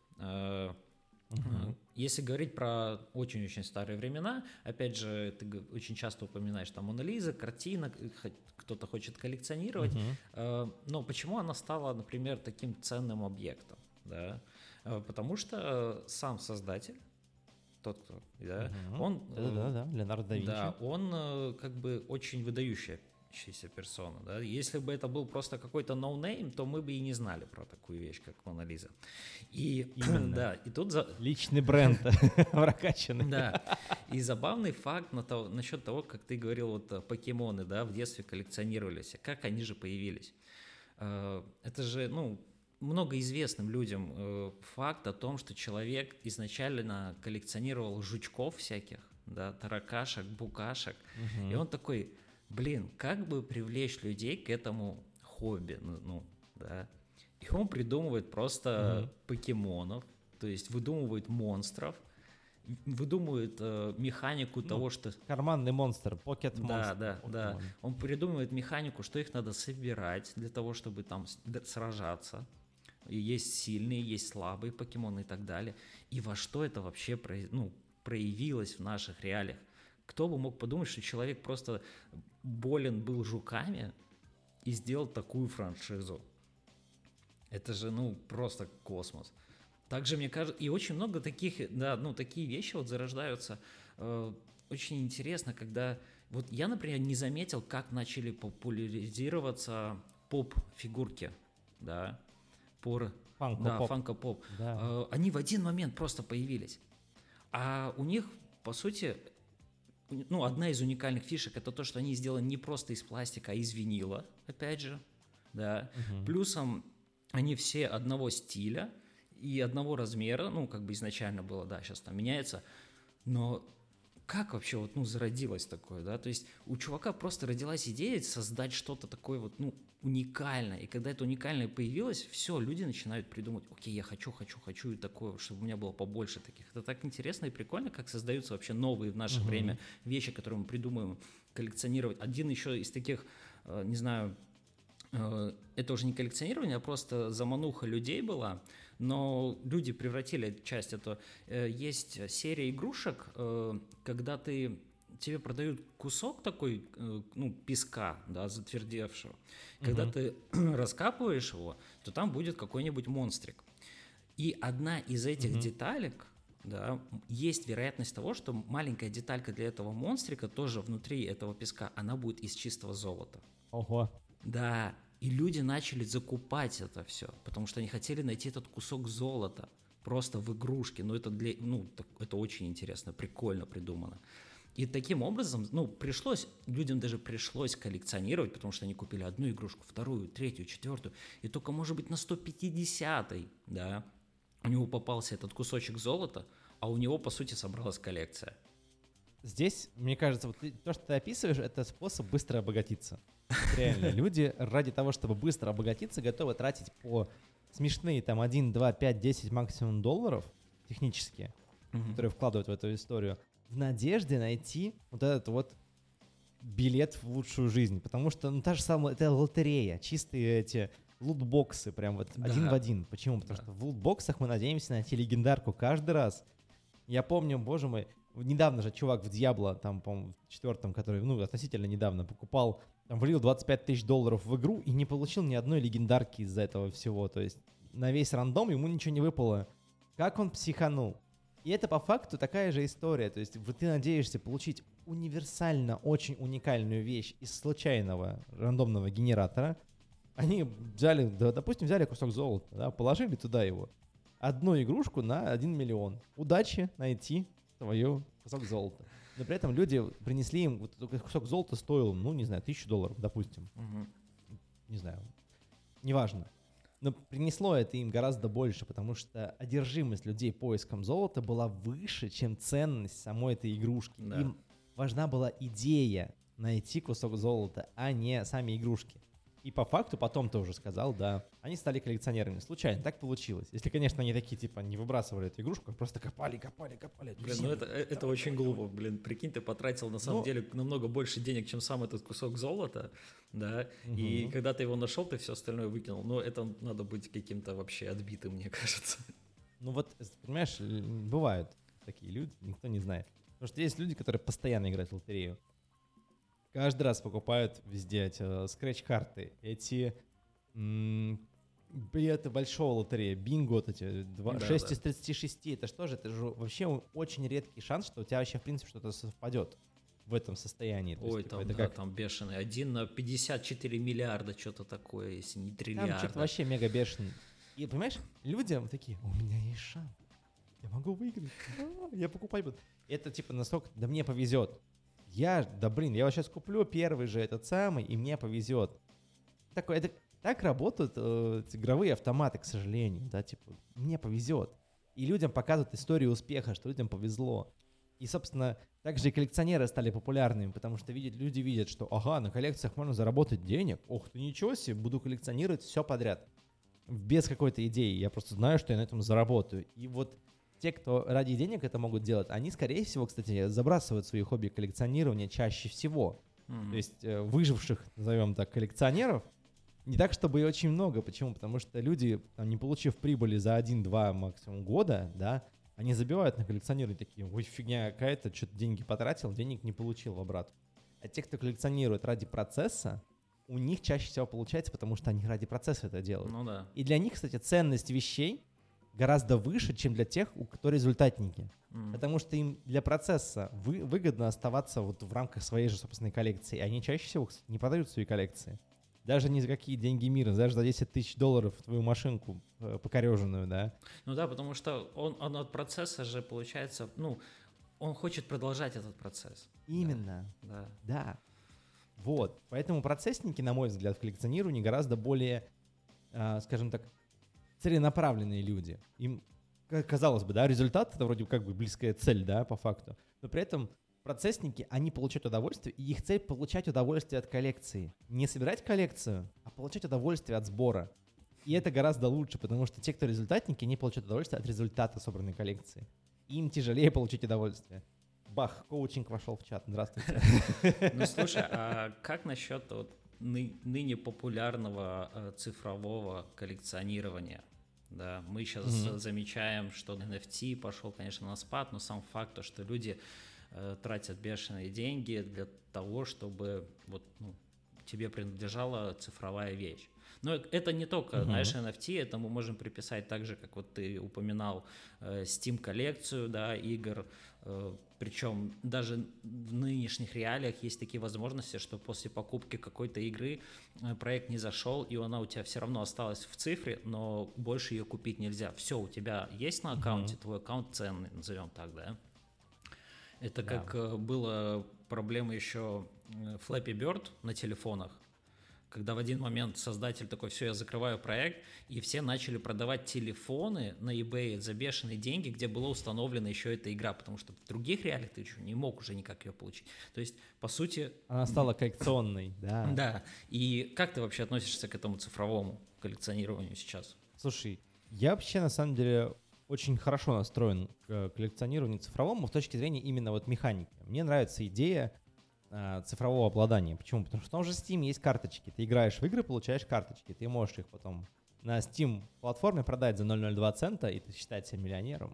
Если говорить про очень-очень старые времена, опять же, ты очень часто упоминаешь там Мона Лиза, картина, кто-то хочет коллекционировать, но почему она стала, например, таким ценным объектом? Да? Потому что сам создатель, тот, кто, да, он, Леонардо да Винчи. Да, он как бы очень выдающийся персона. Да? Если бы это был просто какой-то ноунейм, то мы бы и не знали про такую вещь, как Мона Лиза. И, да, и тут личный бренд прокачанный. Да, и забавный факт насчет того, как ты говорил, вот покемоны, да, в детстве коллекционировались, как они же появились. Это же, многоизвестным людям факт о том, что человек изначально коллекционировал жучков всяких, да, таракашек, букашек, и он такой, блин, как бы привлечь людей к этому хобби, да, и он придумывает просто покемонов, то есть выдумывает монстров, выдумывает механику того, что... Карманный монстр, покет монстр. Да. Он придумывает механику, что их надо собирать для того, чтобы там сражаться. И есть сильные, есть слабые покемоны и так далее. И во что это вообще проявилось в наших реалиях? Кто бы мог подумать, что человек просто болен был жуками и сделал такую франшизу? Это же, просто космос. Также, мне кажется, и очень много таких, такие вещи вот зарождаются. Очень интересно, когда... Вот я, например, не заметил, как начали популяризироваться поп-фигурки, да, фанко-поп. Да. Они в один момент просто появились. А у них, по сути, одна из уникальных фишек — это то, что они сделаны не просто из пластика, а из винила, опять же, да. Плюсом они все одного стиля и одного размера, изначально было, да, сейчас там меняется, но как вообще зародилось такое, да, то есть у чувака просто родилась идея создать что-то такое уникальное, и когда это уникальное появилось, все, люди начинают придумывать, окей, я хочу и такое, чтобы у меня было побольше таких. Это так интересно и прикольно, как создаются вообще новые в наше время вещи, которые мы придумываем коллекционировать. Один еще из таких, не знаю, это уже не коллекционирование, а просто замануха людей была, но люди превратили часть этого. Есть серия игрушек, когда тебе продают кусок такой, песка, да, затвердевшего. Когда ты раскапываешь его, то там будет какой-нибудь монстрик. И одна из этих деталек, да, есть вероятность того, что маленькая деталька для этого монстрика тоже внутри этого песка, она будет из чистого золота. Ого. Да, и люди начали закупать это все, потому что они хотели найти этот кусок золота просто в игрушке. Это очень интересно, прикольно придумано. И таким образом, людям даже пришлось коллекционировать, потому что они купили одну игрушку, вторую, третью, четвертую, и только, может быть, на 150-й, да, у него попался этот кусочек золота, а у него, по сути, собралась коллекция. Здесь, мне кажется, вот то, что ты описываешь, это способ быстро обогатиться. Реально, люди ради того, чтобы быстро обогатиться, готовы тратить по смешные там 1, 2, 5, 10 максимум долларов технически, которые вкладывают в эту историю, в надежде найти вот этот вот билет в лучшую жизнь. Потому что, та же самая, это лотерея, чистые эти лутбоксы, прям вот один в один. Почему? Потому что в лутбоксах мы надеемся найти легендарку каждый раз. Я помню, боже мой, недавно же чувак в Diablo, там, по-моему, в 4-м, который, относительно недавно покупал, там, влил $25 тысяч в игру и не получил ни одной легендарки из-за этого всего. То есть на весь рандом ему ничего не выпало. Как он психанул? И это по факту такая же история. То есть ты надеешься получить универсально очень уникальную вещь из случайного рандомного генератора. Они взяли, допустим, взяли кусок золота, да, положили туда его. Одну игрушку на 1 миллион. Удачи найти свою кусок золота. Но при этом люди принесли им, вот кусок золота стоил, не знаю, $1000, допустим. Не знаю, неважно. Но принесло это им гораздо больше, потому что одержимость людей поиском золота была выше, чем ценность самой этой игрушки. Да. Им важна была идея найти кусок золота, а не сами игрушки. И по факту, потом ты уже сказал, да, они стали коллекционерами. Случайно, так получилось. Если, конечно, они такие, типа, не выбрасывали эту игрушку, а просто копали. Блин, это очень глупо, блин. Прикинь, ты потратил, на самом деле, намного больше денег, чем сам этот кусок золота, да, и когда ты его нашел, ты все остальное выкинул. Но это надо быть каким-то вообще отбитым, мне кажется. Понимаешь, бывают такие люди, никто не знает. Потому что есть люди, которые постоянно играют в лотерею. Каждый раз покупают везде эти скретч-карты, эти билеты большого лотерея, бинго, вот эти 6 из 36. Это что же? Это же вообще очень редкий шанс, что у тебя вообще в принципе что-то совпадет в этом состоянии. Ой, есть, там бешеный. 1 на 54 миллиарда, что-то такое, если не триллиарда. Там что-то вообще мега бешеный. И понимаешь, людям такие, у меня есть шанс, я могу выиграть, я покупать буду. Это типа настолько, да мне повезет. Я вот сейчас куплю первый же этот самый, и мне повезет. Так работают игровые автоматы, к сожалению, да, типа, мне повезет. И людям показывают историю успеха, что людям повезло. И, собственно, также и коллекционеры стали популярными, потому что люди видят, что, на коллекциях можно заработать денег, ох ты, ничего себе, буду коллекционировать все подряд. Без какой-то идеи, я просто знаю, что я на этом заработаю. И вот те, кто ради денег это могут делать, они, скорее всего, кстати, забрасывают свои хобби коллекционирования чаще всего. То есть выживших, назовем так, коллекционеров не так, чтобы и очень много. Почему? Потому что люди, не получив прибыли за 1-2 максимум года, да, они забивают на коллекционирование такие, ой, фигня какая-то, что-то деньги потратил, денег не получил обратно. А те, кто коллекционирует ради процесса, у них чаще всего получается, потому что они ради процесса это делают. Ну да. И для них, кстати, ценность вещей гораздо выше, чем для тех, кто результатники. Потому что им для процесса выгодно оставаться вот в рамках своей же собственной коллекции. Они чаще всего, кстати, не продают свои коллекции. Даже ни за какие деньги мира, даже за $10 тысяч твою машинку покореженную, да. Ну да, потому что он от процесса же получается, он хочет продолжать этот процесс. Именно. Да. Вот. Поэтому процессники, на мой взгляд, в коллекционировании гораздо более, скажем так, целенаправленные люди. Им, казалось бы, да, результат — это вроде как бы близкая цель, да, по факту. Но при этом процессники, они получают удовольствие, и их цель — получать удовольствие от коллекции. Не собирать коллекцию, а получать удовольствие от сбора. И это гораздо лучше, потому что те, кто результатники, они получают удовольствие от результата собранной коллекции. Им тяжелее получить удовольствие. Бах, коучинг вошел в чат. Здравствуйте. Ну, слушай, а как насчет ныне популярного цифрового коллекционирования? Да, мы сейчас замечаем, что NFT пошел, конечно, на спад, но сам факт, то, что люди тратят бешеные деньги для того, чтобы тебе принадлежала цифровая вещь. Но это не только, знаешь, NFT, это мы можем приписать так же, как вот ты упоминал Steam-коллекцию, да, игр, причем даже в нынешних реалиях есть такие возможности, что после покупки какой-то игры проект не зашел, и она у тебя все равно осталась в цифре, но больше ее купить нельзя. Все, у тебя есть на аккаунте, твой аккаунт ценный, назовем так, да? Это Да. как была проблема еще Flappy Bird на телефонах, когда в один момент создатель такой: все, я закрываю проект, и все начали продавать телефоны на eBay за бешеные деньги, где была установлена еще эта игра, потому что в других реалиях ты еще не мог уже никак ее получить. То есть, по сути... Она стала коллекционной, да. Да. И как ты вообще относишься к этому цифровому коллекционированию сейчас? Слушай, я вообще на самом деле очень хорошо настроен к коллекционированию цифровому с точки зрения именно вот механики. Мне нравится идея цифрового обладания. Почему? Потому что в том же Steam есть карточки. Ты играешь в игры, получаешь карточки. Ты можешь их потом на Steam платформе продать за 0,02 цента, и ты считать себя миллионером.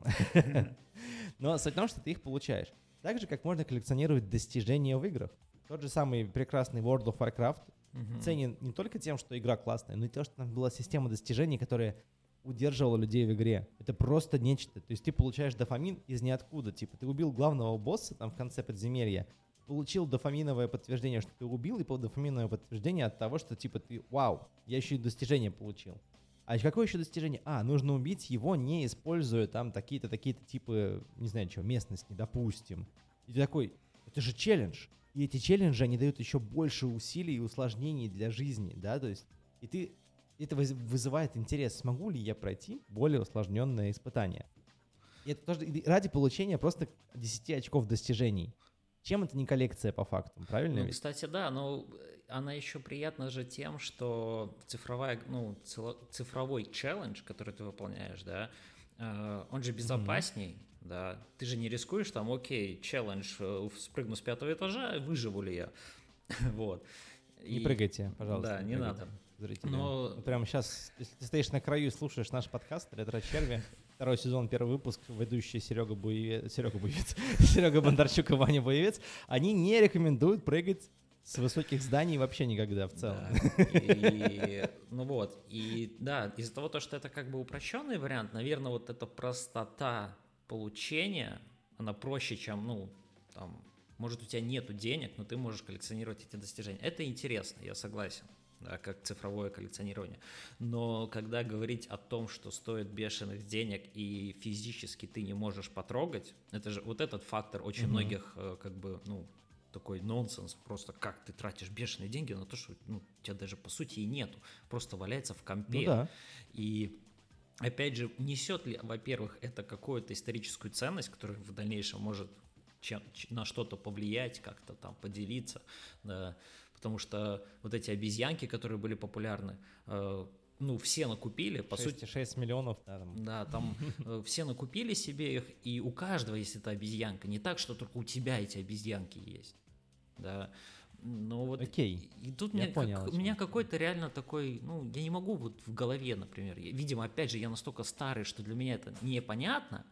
Но суть в том, что ты их получаешь. Так же, как можно коллекционировать достижения в играх. Тот же самый прекрасный World of Warcraft ценен не только тем, что игра классная, но и то, что там была система достижений, которая удерживала людей в игре. Это просто нечто. То есть ты получаешь дофамин из ниоткуда. Типа ты убил главного босса там в конце подземелья, получил дофаминовое подтверждение, что ты убил, и дофаминовое подтверждение от того, что типа ты, вау, я еще и достижение получил. А какое еще достижение? Нужно убить его, не используя там такие-то типы, не знаю чего, местности, допустим. И ты такой, это же челлендж. И эти челленджи, они дают еще больше усилий и усложнений для жизни, да, то есть, и ты, это вызывает интерес, смогу ли я пройти более усложненное испытание. И это тоже ради получения просто 10 очков достижений. Чем это не коллекция по факту, правильно? Ну, кстати, да, но она еще приятна же тем, что цифровой челлендж, который ты выполняешь, да, он же безопасней, да, ты же не рискуешь там, окей, челлендж, спрыгну с 5-го этажа, выживу ли я, вот. Не прыгайте, пожалуйста. Да, не надо. Зрители. Но... Прямо сейчас, если ты стоишь на краю и слушаешь наш подкаст «Ретро-черви», 2 сезон, 1 выпуск, ведущие Серега Бондарчук и Ваня Боевец, они не рекомендуют прыгать с высоких зданий вообще никогда в целом. Да. Ну вот, и да, из-за того, что это как бы упрощенный вариант, наверное, вот эта простота получения, она проще, чем, ну, там, может, у тебя нету денег, но ты можешь коллекционировать эти достижения. Это интересно, я согласен. Да, как цифровое коллекционирование. Но когда говорить о том, что стоит бешеных денег и физически ты не можешь потрогать, это же вот этот фактор очень многих как бы, ну, такой нонсенс, просто как ты тратишь бешеные деньги на то, что у тебя даже по сути и нету, просто валяется в компе. Ну, да. И опять же, несет ли, во-первых, это какую-то историческую ценность, которая в дальнейшем может на что-то повлиять, как-то там поделиться, да. Потому что вот эти обезьянки, которые были популярны, ну, все накупили, по сути... 6 миллионов, да. Да, там все накупили себе их, и у каждого есть эта обезьянка. Не так, что только у тебя эти обезьянки есть, да. Но вот... Окей, и тут я понял, у меня какой-то реально такой... Ну, я не могу вот в голове, например... Видимо, опять же, я настолько старый, что для меня это непонятно,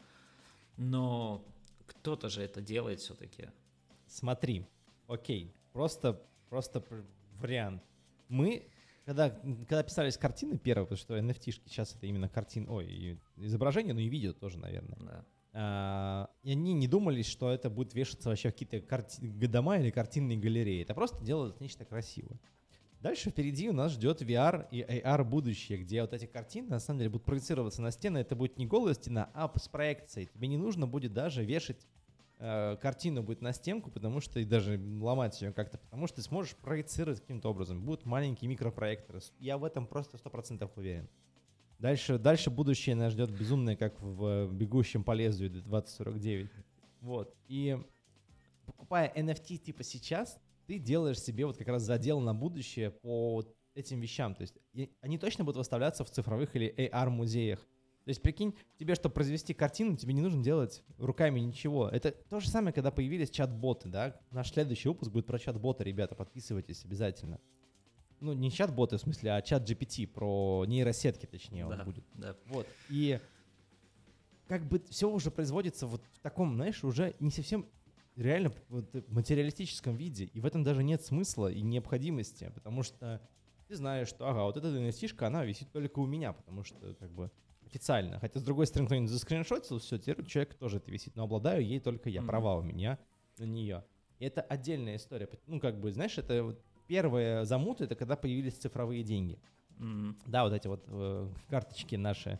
но кто-то же это делает все-таки. Смотри, окей, просто вариант. Мы, когда писались картины первые, потому что NFT-шки сейчас это именно картины, и изображения, ну и видео тоже, наверное. Да. И они не думали, что это будет вешаться вообще в какие-то дома или картинные галереи. Это просто делают нечто красивое. Дальше впереди у нас ждет VR и AR будущее, где вот эти картины на самом деле будут проецироваться на стены. Это будет не голая стена, а с проекцией. Тебе не нужно будет даже вешать картину будет на стенку, потому что и даже ломать ее как-то, потому что ты сможешь проецировать каким-то образом. Будут маленькие микропроекторы. Я в этом просто 100% уверен. Дальше будущее нас ждет безумное, как в «Бегущем по лезвию» 2049. Вот. И покупая NFT типа сейчас, ты делаешь себе вот как раз задел на будущее по этим вещам. То есть они точно будут выставляться в цифровых или AR-музеях. То есть, прикинь, тебе, чтобы произвести картину, тебе не нужно делать руками ничего. Это то же самое, когда появились чат-боты, да? Наш следующий выпуск будет про чат-боты, ребята, подписывайтесь обязательно. Ну, не чат-боты, в смысле, а чат-GPT, про нейросетки, точнее, он будет. Да. Вот, и как бы все уже производится вот в таком, знаешь, уже не совсем реально вот материалистическом виде, и в этом даже нет смысла и необходимости, потому что ты знаешь, что, вот эта NFT-шка, она висит только у меня, потому что, как бы, официально. Хотя, с другой стороны, кто-нибудь заскриншотил, все, теперь человек тоже это висит, но обладаю ей только я, права у меня на нее. И это отдельная история. Ну, как бы, знаешь, это вот первая замута, это когда появились цифровые деньги. Да, вот эти вот карточки наши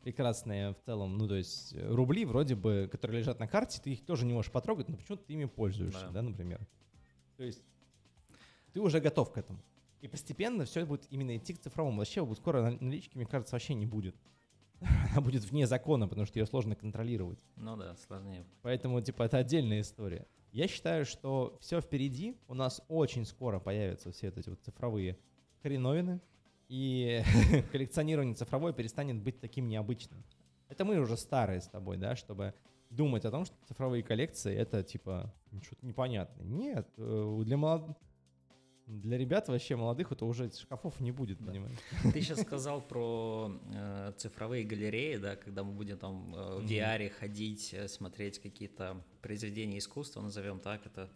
прекрасные в целом, ну, то есть рубли вроде бы, которые лежат на карте, ты их тоже не можешь потрогать, но почему-то ты ими пользуешься, да, например. То есть ты уже готов к этому. И постепенно все будет именно идти к цифровому. Вообще, вот скоро налички, мне кажется, вообще не будет. Она будет вне закона, потому что ее сложно контролировать. Ну да, сложнее. Поэтому, типа, это отдельная история. Я считаю, что все впереди. У нас очень скоро появятся все эти вот цифровые хреновины. И коллекционирование цифровое перестанет быть таким необычным. Это мы уже старые с тобой, да, чтобы думать о том, что цифровые коллекции — это, типа, что-то непонятное. Нет, для ребят вообще молодых это уже шкафов не будет, понимаешь? Ты сейчас сказал про цифровые галереи, да, когда мы будем там в VR ходить, смотреть какие-то произведения искусства, назовем так это.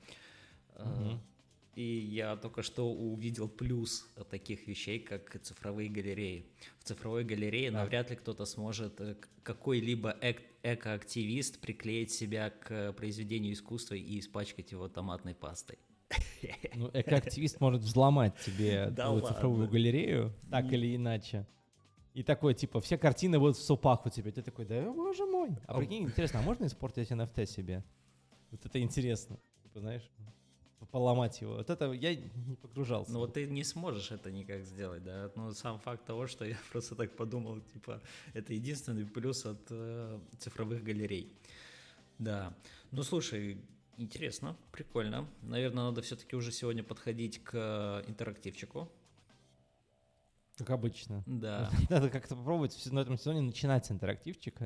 И я только что увидел плюс таких вещей, как цифровые галереи. В цифровой галерее навряд ли кто-то сможет, какой-либо экоактивист, приклеить себя к произведению искусства и испачкать его томатной пастой. Ну, экоактивист может взломать тебе твою цифровую галерею, так или иначе. И такой, типа, все картины будут в супах у тебя. Ты такой, да боже мой. А прикинь, интересно, а можно испортить NFT себе? Вот это интересно. Типа, знаешь, поломать его. Вот это я не погружался. Ну вот ты не сможешь это никак сделать, да. Ну сам факт того, что я просто так подумал, типа, это единственный плюс от цифровых галерей. Да. Ну слушай, интересно, прикольно. Наверное, надо все-таки уже сегодня подходить к интерактивчику. Как обычно. Да. Надо как-то попробовать на этом сезоне начинать с интерактивчика.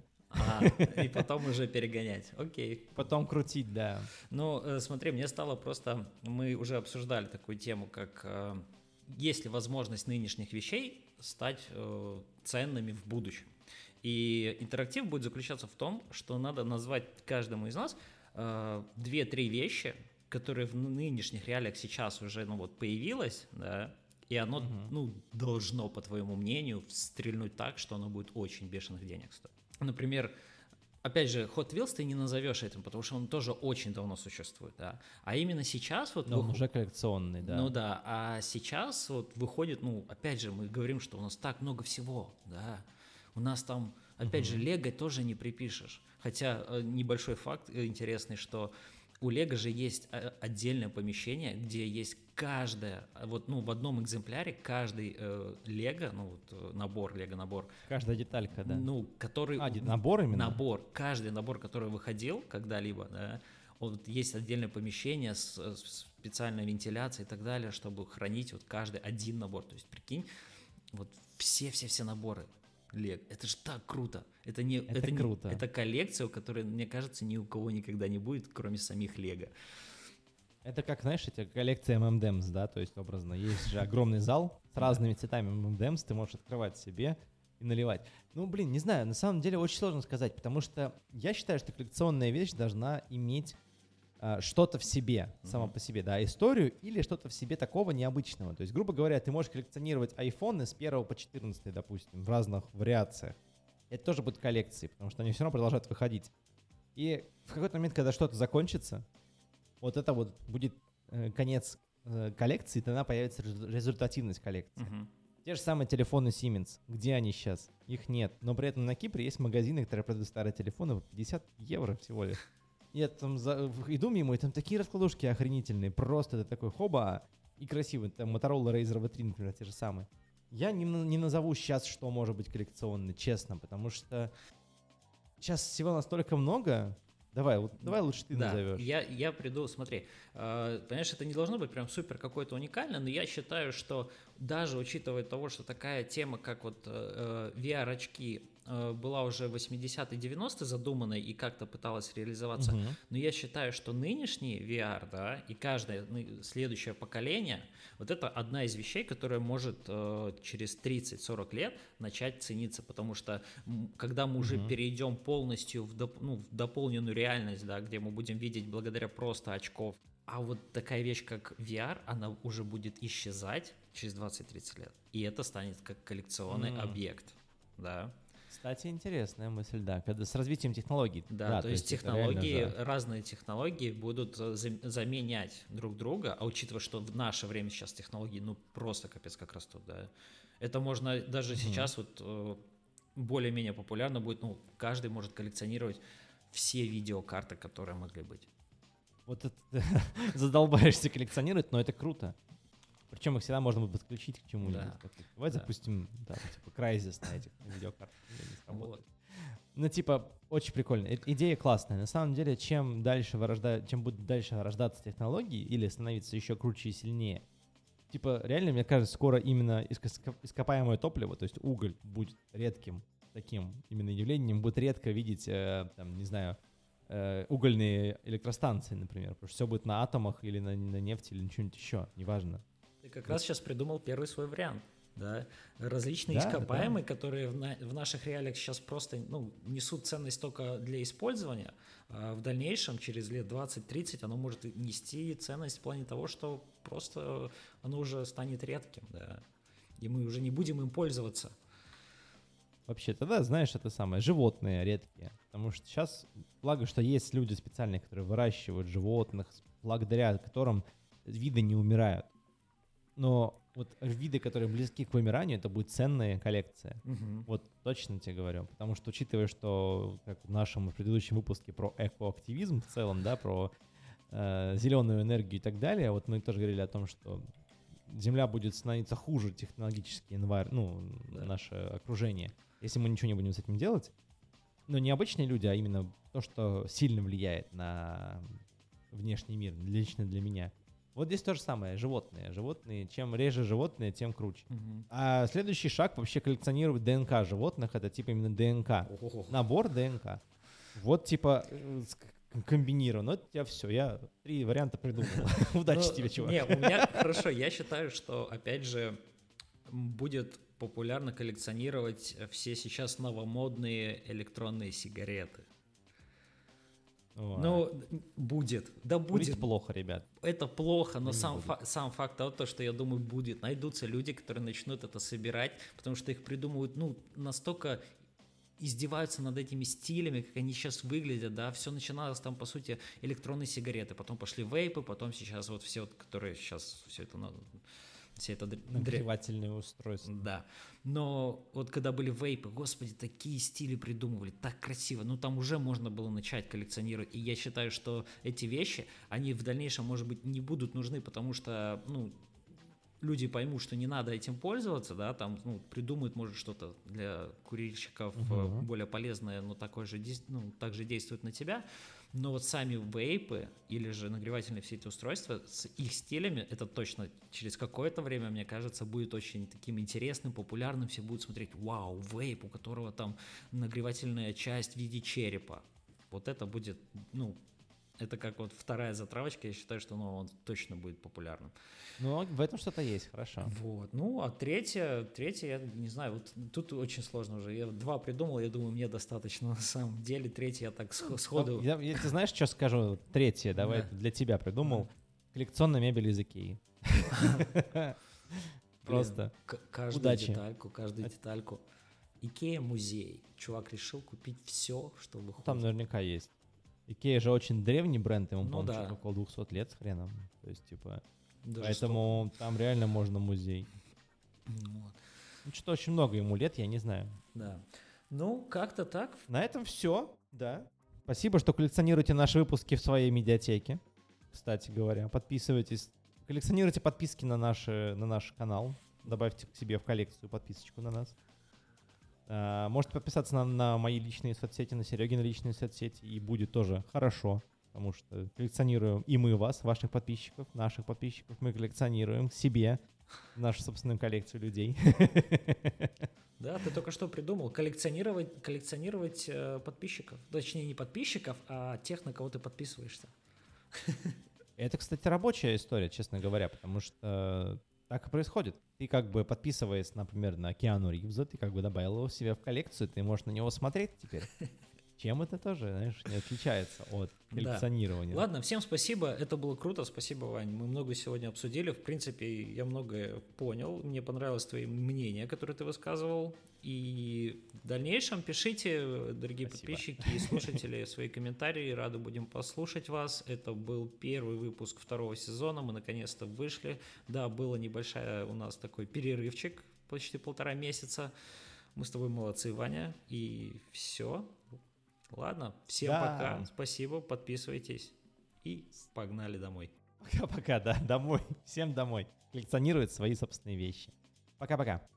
И потом уже перегонять. Окей. Потом крутить, да. Ну, смотри, мне стало просто... Мы уже обсуждали такую тему, как есть ли возможность нынешних вещей стать ценными в будущем. И интерактив будет заключаться в том, что надо назвать каждому из нас 2-3 вещи, которые в нынешних реалиях сейчас уже, ну вот, появилось, да, и оно, ну, должно, по твоему мнению, стрельнуть так, что оно будет очень бешеных денег стоить. Например, опять же, Hot Wheels ты не назовешь этим, потому что он тоже очень давно существует, да. А именно сейчас вот... Но он уже коллекционный, да. Ну да, а сейчас вот выходит, ну, опять же, мы говорим, что у нас так много всего, да. У нас там, опять же, Лего тоже не припишешь. Хотя небольшой факт интересный, что у Лего же есть отдельное помещение, где есть каждая, вот, ну, в одном экземпляре каждый Лего, ну, вот, Лего-набор. Каждая деталька, да. Ну, который... набор именно? Набор. Каждый набор, который выходил когда-либо, да, вот есть отдельное помещение с специальной вентиляцией и так далее, чтобы хранить вот каждый один набор. То есть, прикинь, вот все наборы Лего. Это же так круто. Это круто. Это коллекция, у которой, мне кажется, ни у кого никогда не будет, кроме самих Лего. Это как, знаешь, эти коллекции M&M's, да, то есть образно. Есть же огромный зал с разными цветами M&M's, ты можешь открывать себе и наливать. Ну, блин, не знаю, на самом деле очень сложно сказать, потому что я считаю, что коллекционная вещь должна иметь что-то в себе, само по себе, да, историю или что-то в себе такого необычного. То есть, грубо говоря, ты можешь коллекционировать айфоны с 1 по 14, допустим, в разных вариациях. Это тоже будут коллекции, потому что они все равно продолжают выходить. И в какой-то момент, когда что-то закончится, вот это вот будет конец коллекции, тогда появится результативность коллекции. Те же самые телефоны Siemens. Где они сейчас? Их нет. Но при этом на Кипре есть магазины, которые продают старые телефоны по 50 евро всего лишь. Я там иду мимо, и там такие раскладушки охренительные. Просто это такой хоба и красивый. Там Motorola Razr V3, например, те же самые. Я не назову сейчас, что может быть коллекционный, честно, потому что сейчас всего настолько много. Давай лучше ты назовешь. Я приду, смотри, понимаешь, это не должно быть прям супер какой-то уникальный, но я считаю, что даже учитывая того, что такая тема, как вот VR-очки, была уже в 80-е, 90-е задумана и как-то пыталась реализоваться, но я считаю, что нынешний VR, да, и каждое следующее поколение, вот это одна из вещей, которая может через 30-40 лет начать цениться, потому что когда мы уже перейдем полностью в дополненную реальность, да, где мы будем видеть благодаря просто очков, а вот такая вещь, как VR, она уже будет исчезать через 20-30 лет, и это станет как коллекционный объект, да. Кстати, интересная мысль, да, когда с развитием технологий. Да, то есть технологии, разные технологии будут заменять друг друга, а учитывая, что в наше время сейчас технологии, ну, просто капец как растут, да. Это можно даже сейчас вот более-менее популярно будет, ну, каждый может коллекционировать все видеокарты, которые могли быть. Вот это задолбаешься коллекционировать, но это круто. Причем их всегда можно будет подключить к чему-нибудь. Да. Давай Да. запустим, да, типа Crysis на этих видеокартах. Вот. Ну, типа, очень прикольно. Идея классная. На самом деле, чем будут дальше рождаться технологии или становиться еще круче и сильнее, типа, реально, мне кажется, скоро именно ископаемое топливо, то есть уголь, будет редким таким именно явлением, будет редко видеть, там, не знаю, угольные электростанции, например, потому что все будет на атомах или на нефти или что-нибудь еще, неважно. Ты как раз сейчас придумал первый свой вариант. Да? Различные Да, ископаемые, которые в наших реалиях сейчас просто несут ценность только для использования, а в дальнейшем, через лет 20-30, оно может нести ценность в плане того, что просто оно уже станет редким, да? И мы уже не будем им пользоваться. Вообще, тогда, знаешь, это самое, животные редкие. Потому что сейчас, благо, что есть люди специальные, которые выращивают животных, благодаря которым виды не умирают. Но вот виды, которые близки к вымиранию, это будет ценная коллекция. Угу. Вот точно тебе говорю. Потому что, учитывая, что как в нашем предыдущем выпуске про экоактивизм в целом, да, про зеленую энергию и так далее, вот мы тоже говорили о том, что Земля будет становиться хуже технологически, наше окружение, если мы ничего не будем с этим делать. Но не обычные люди, а именно то, что сильно влияет на внешний мир, лично для меня. Вот здесь то же самое, животные. Животные, чем реже животные, тем круче. Угу. А следующий шаг вообще коллекционировать ДНК животных, это типа именно ДНК. Набор ДНК. Вот типа комбинировано. Вот у тебя все, я 3 варианта придумал. Удачи тебе, чувак. Не, у меня хорошо, я считаю, что, опять же, будет популярно коллекционировать все сейчас новомодные электронные сигареты. Ну, будет. Да будет. Курить плохо, ребят. Это плохо, но сам факт того, что я думаю, будет. Найдутся люди, которые начнут это собирать, потому что их придумывают, настолько издеваются над этими стилями, как они сейчас выглядят, да, все начиналось там, по сути, электронные сигареты, потом пошли вейпы, потом сейчас вот все, которые сейчас все это нагревательные устройства. Да. Но вот когда были вейпы, господи, такие стили придумывали, так красиво. Там уже можно было начать коллекционировать. И я считаю, что эти вещи, они в дальнейшем, может быть, не будут нужны, потому что, люди поймут, что не надо этим пользоваться, да, там, придумают, может, что-то для курильщиков более полезное, но такое же, также действует на тебя. Но вот сами вейпы или же нагревательные все эти устройства с их стилями, это точно через какое-то время, мне кажется, будет очень таким интересным, популярным. Все будут смотреть, вау, вейп, у которого там нагревательная часть в виде черепа. Вот это будет, это как вот вторая затравочка, я считаю, что он точно будет популярным. Ну, в этом что-то есть, хорошо. Вот, а третье, я не знаю, вот тут очень сложно уже. Я 2 придумал, я думаю, мне достаточно на самом деле. Третье я так сходу... Ты знаешь, что скажу? Третье, давай для тебя придумал. Коллекционная мебель из Икеи. Просто каждую детальку. Икея музей. Чувак решил купить все, что выходит. Там наверняка есть. Икея же очень древний бренд, ему, по-моему, да. около 200 лет с хреном. То есть, типа, даже поэтому там реально можно музей. Вот. Что-то очень много ему лет, я не знаю. Да. Как-то так. На этом все, да. Спасибо, что коллекционируете наши выпуски в своей медиатеке. Кстати говоря, подписывайтесь. Коллекционируйте подписки на наш канал. Добавьте к себе в коллекцию подписочку на нас. Можете подписаться на мои личные соцсети, на Серегины личные соцсети, и будет тоже хорошо, потому что коллекционируем и мы вас, ваших подписчиков, наших подписчиков, мы коллекционируем себе нашу собственную коллекцию людей. Да, ты только что придумал коллекционировать подписчиков. Точнее, не подписчиков, а тех, на кого ты подписываешься. Это, кстати, рабочая история, честно говоря, потому что так и происходит. Ты как бы подписываясь, например, на Киану Ривза, ты как бы добавил его себе в коллекцию, ты можешь на него смотреть теперь. Чем это тоже, знаешь, не отличается от коллекционирования. Да. Ладно, всем спасибо, это было круто, спасибо, Вань. Мы много сегодня обсудили, в принципе, я многое понял, мне понравилось твои мнения, которые ты высказывал. И в дальнейшем пишите, дорогие подписчики и слушатели, свои комментарии, рады будем послушать вас. Это был первый выпуск 2-го сезона, мы наконец-то вышли. Да, было небольшой у нас такой перерывчик, почти 1,5 месяца. Мы с тобой молодцы, Ваня. И все. Ладно, всем Да. пока. Спасибо, подписывайтесь. И погнали домой. Пока-пока, да, домой. Всем домой. Коллекционировать свои собственные вещи. Пока-пока.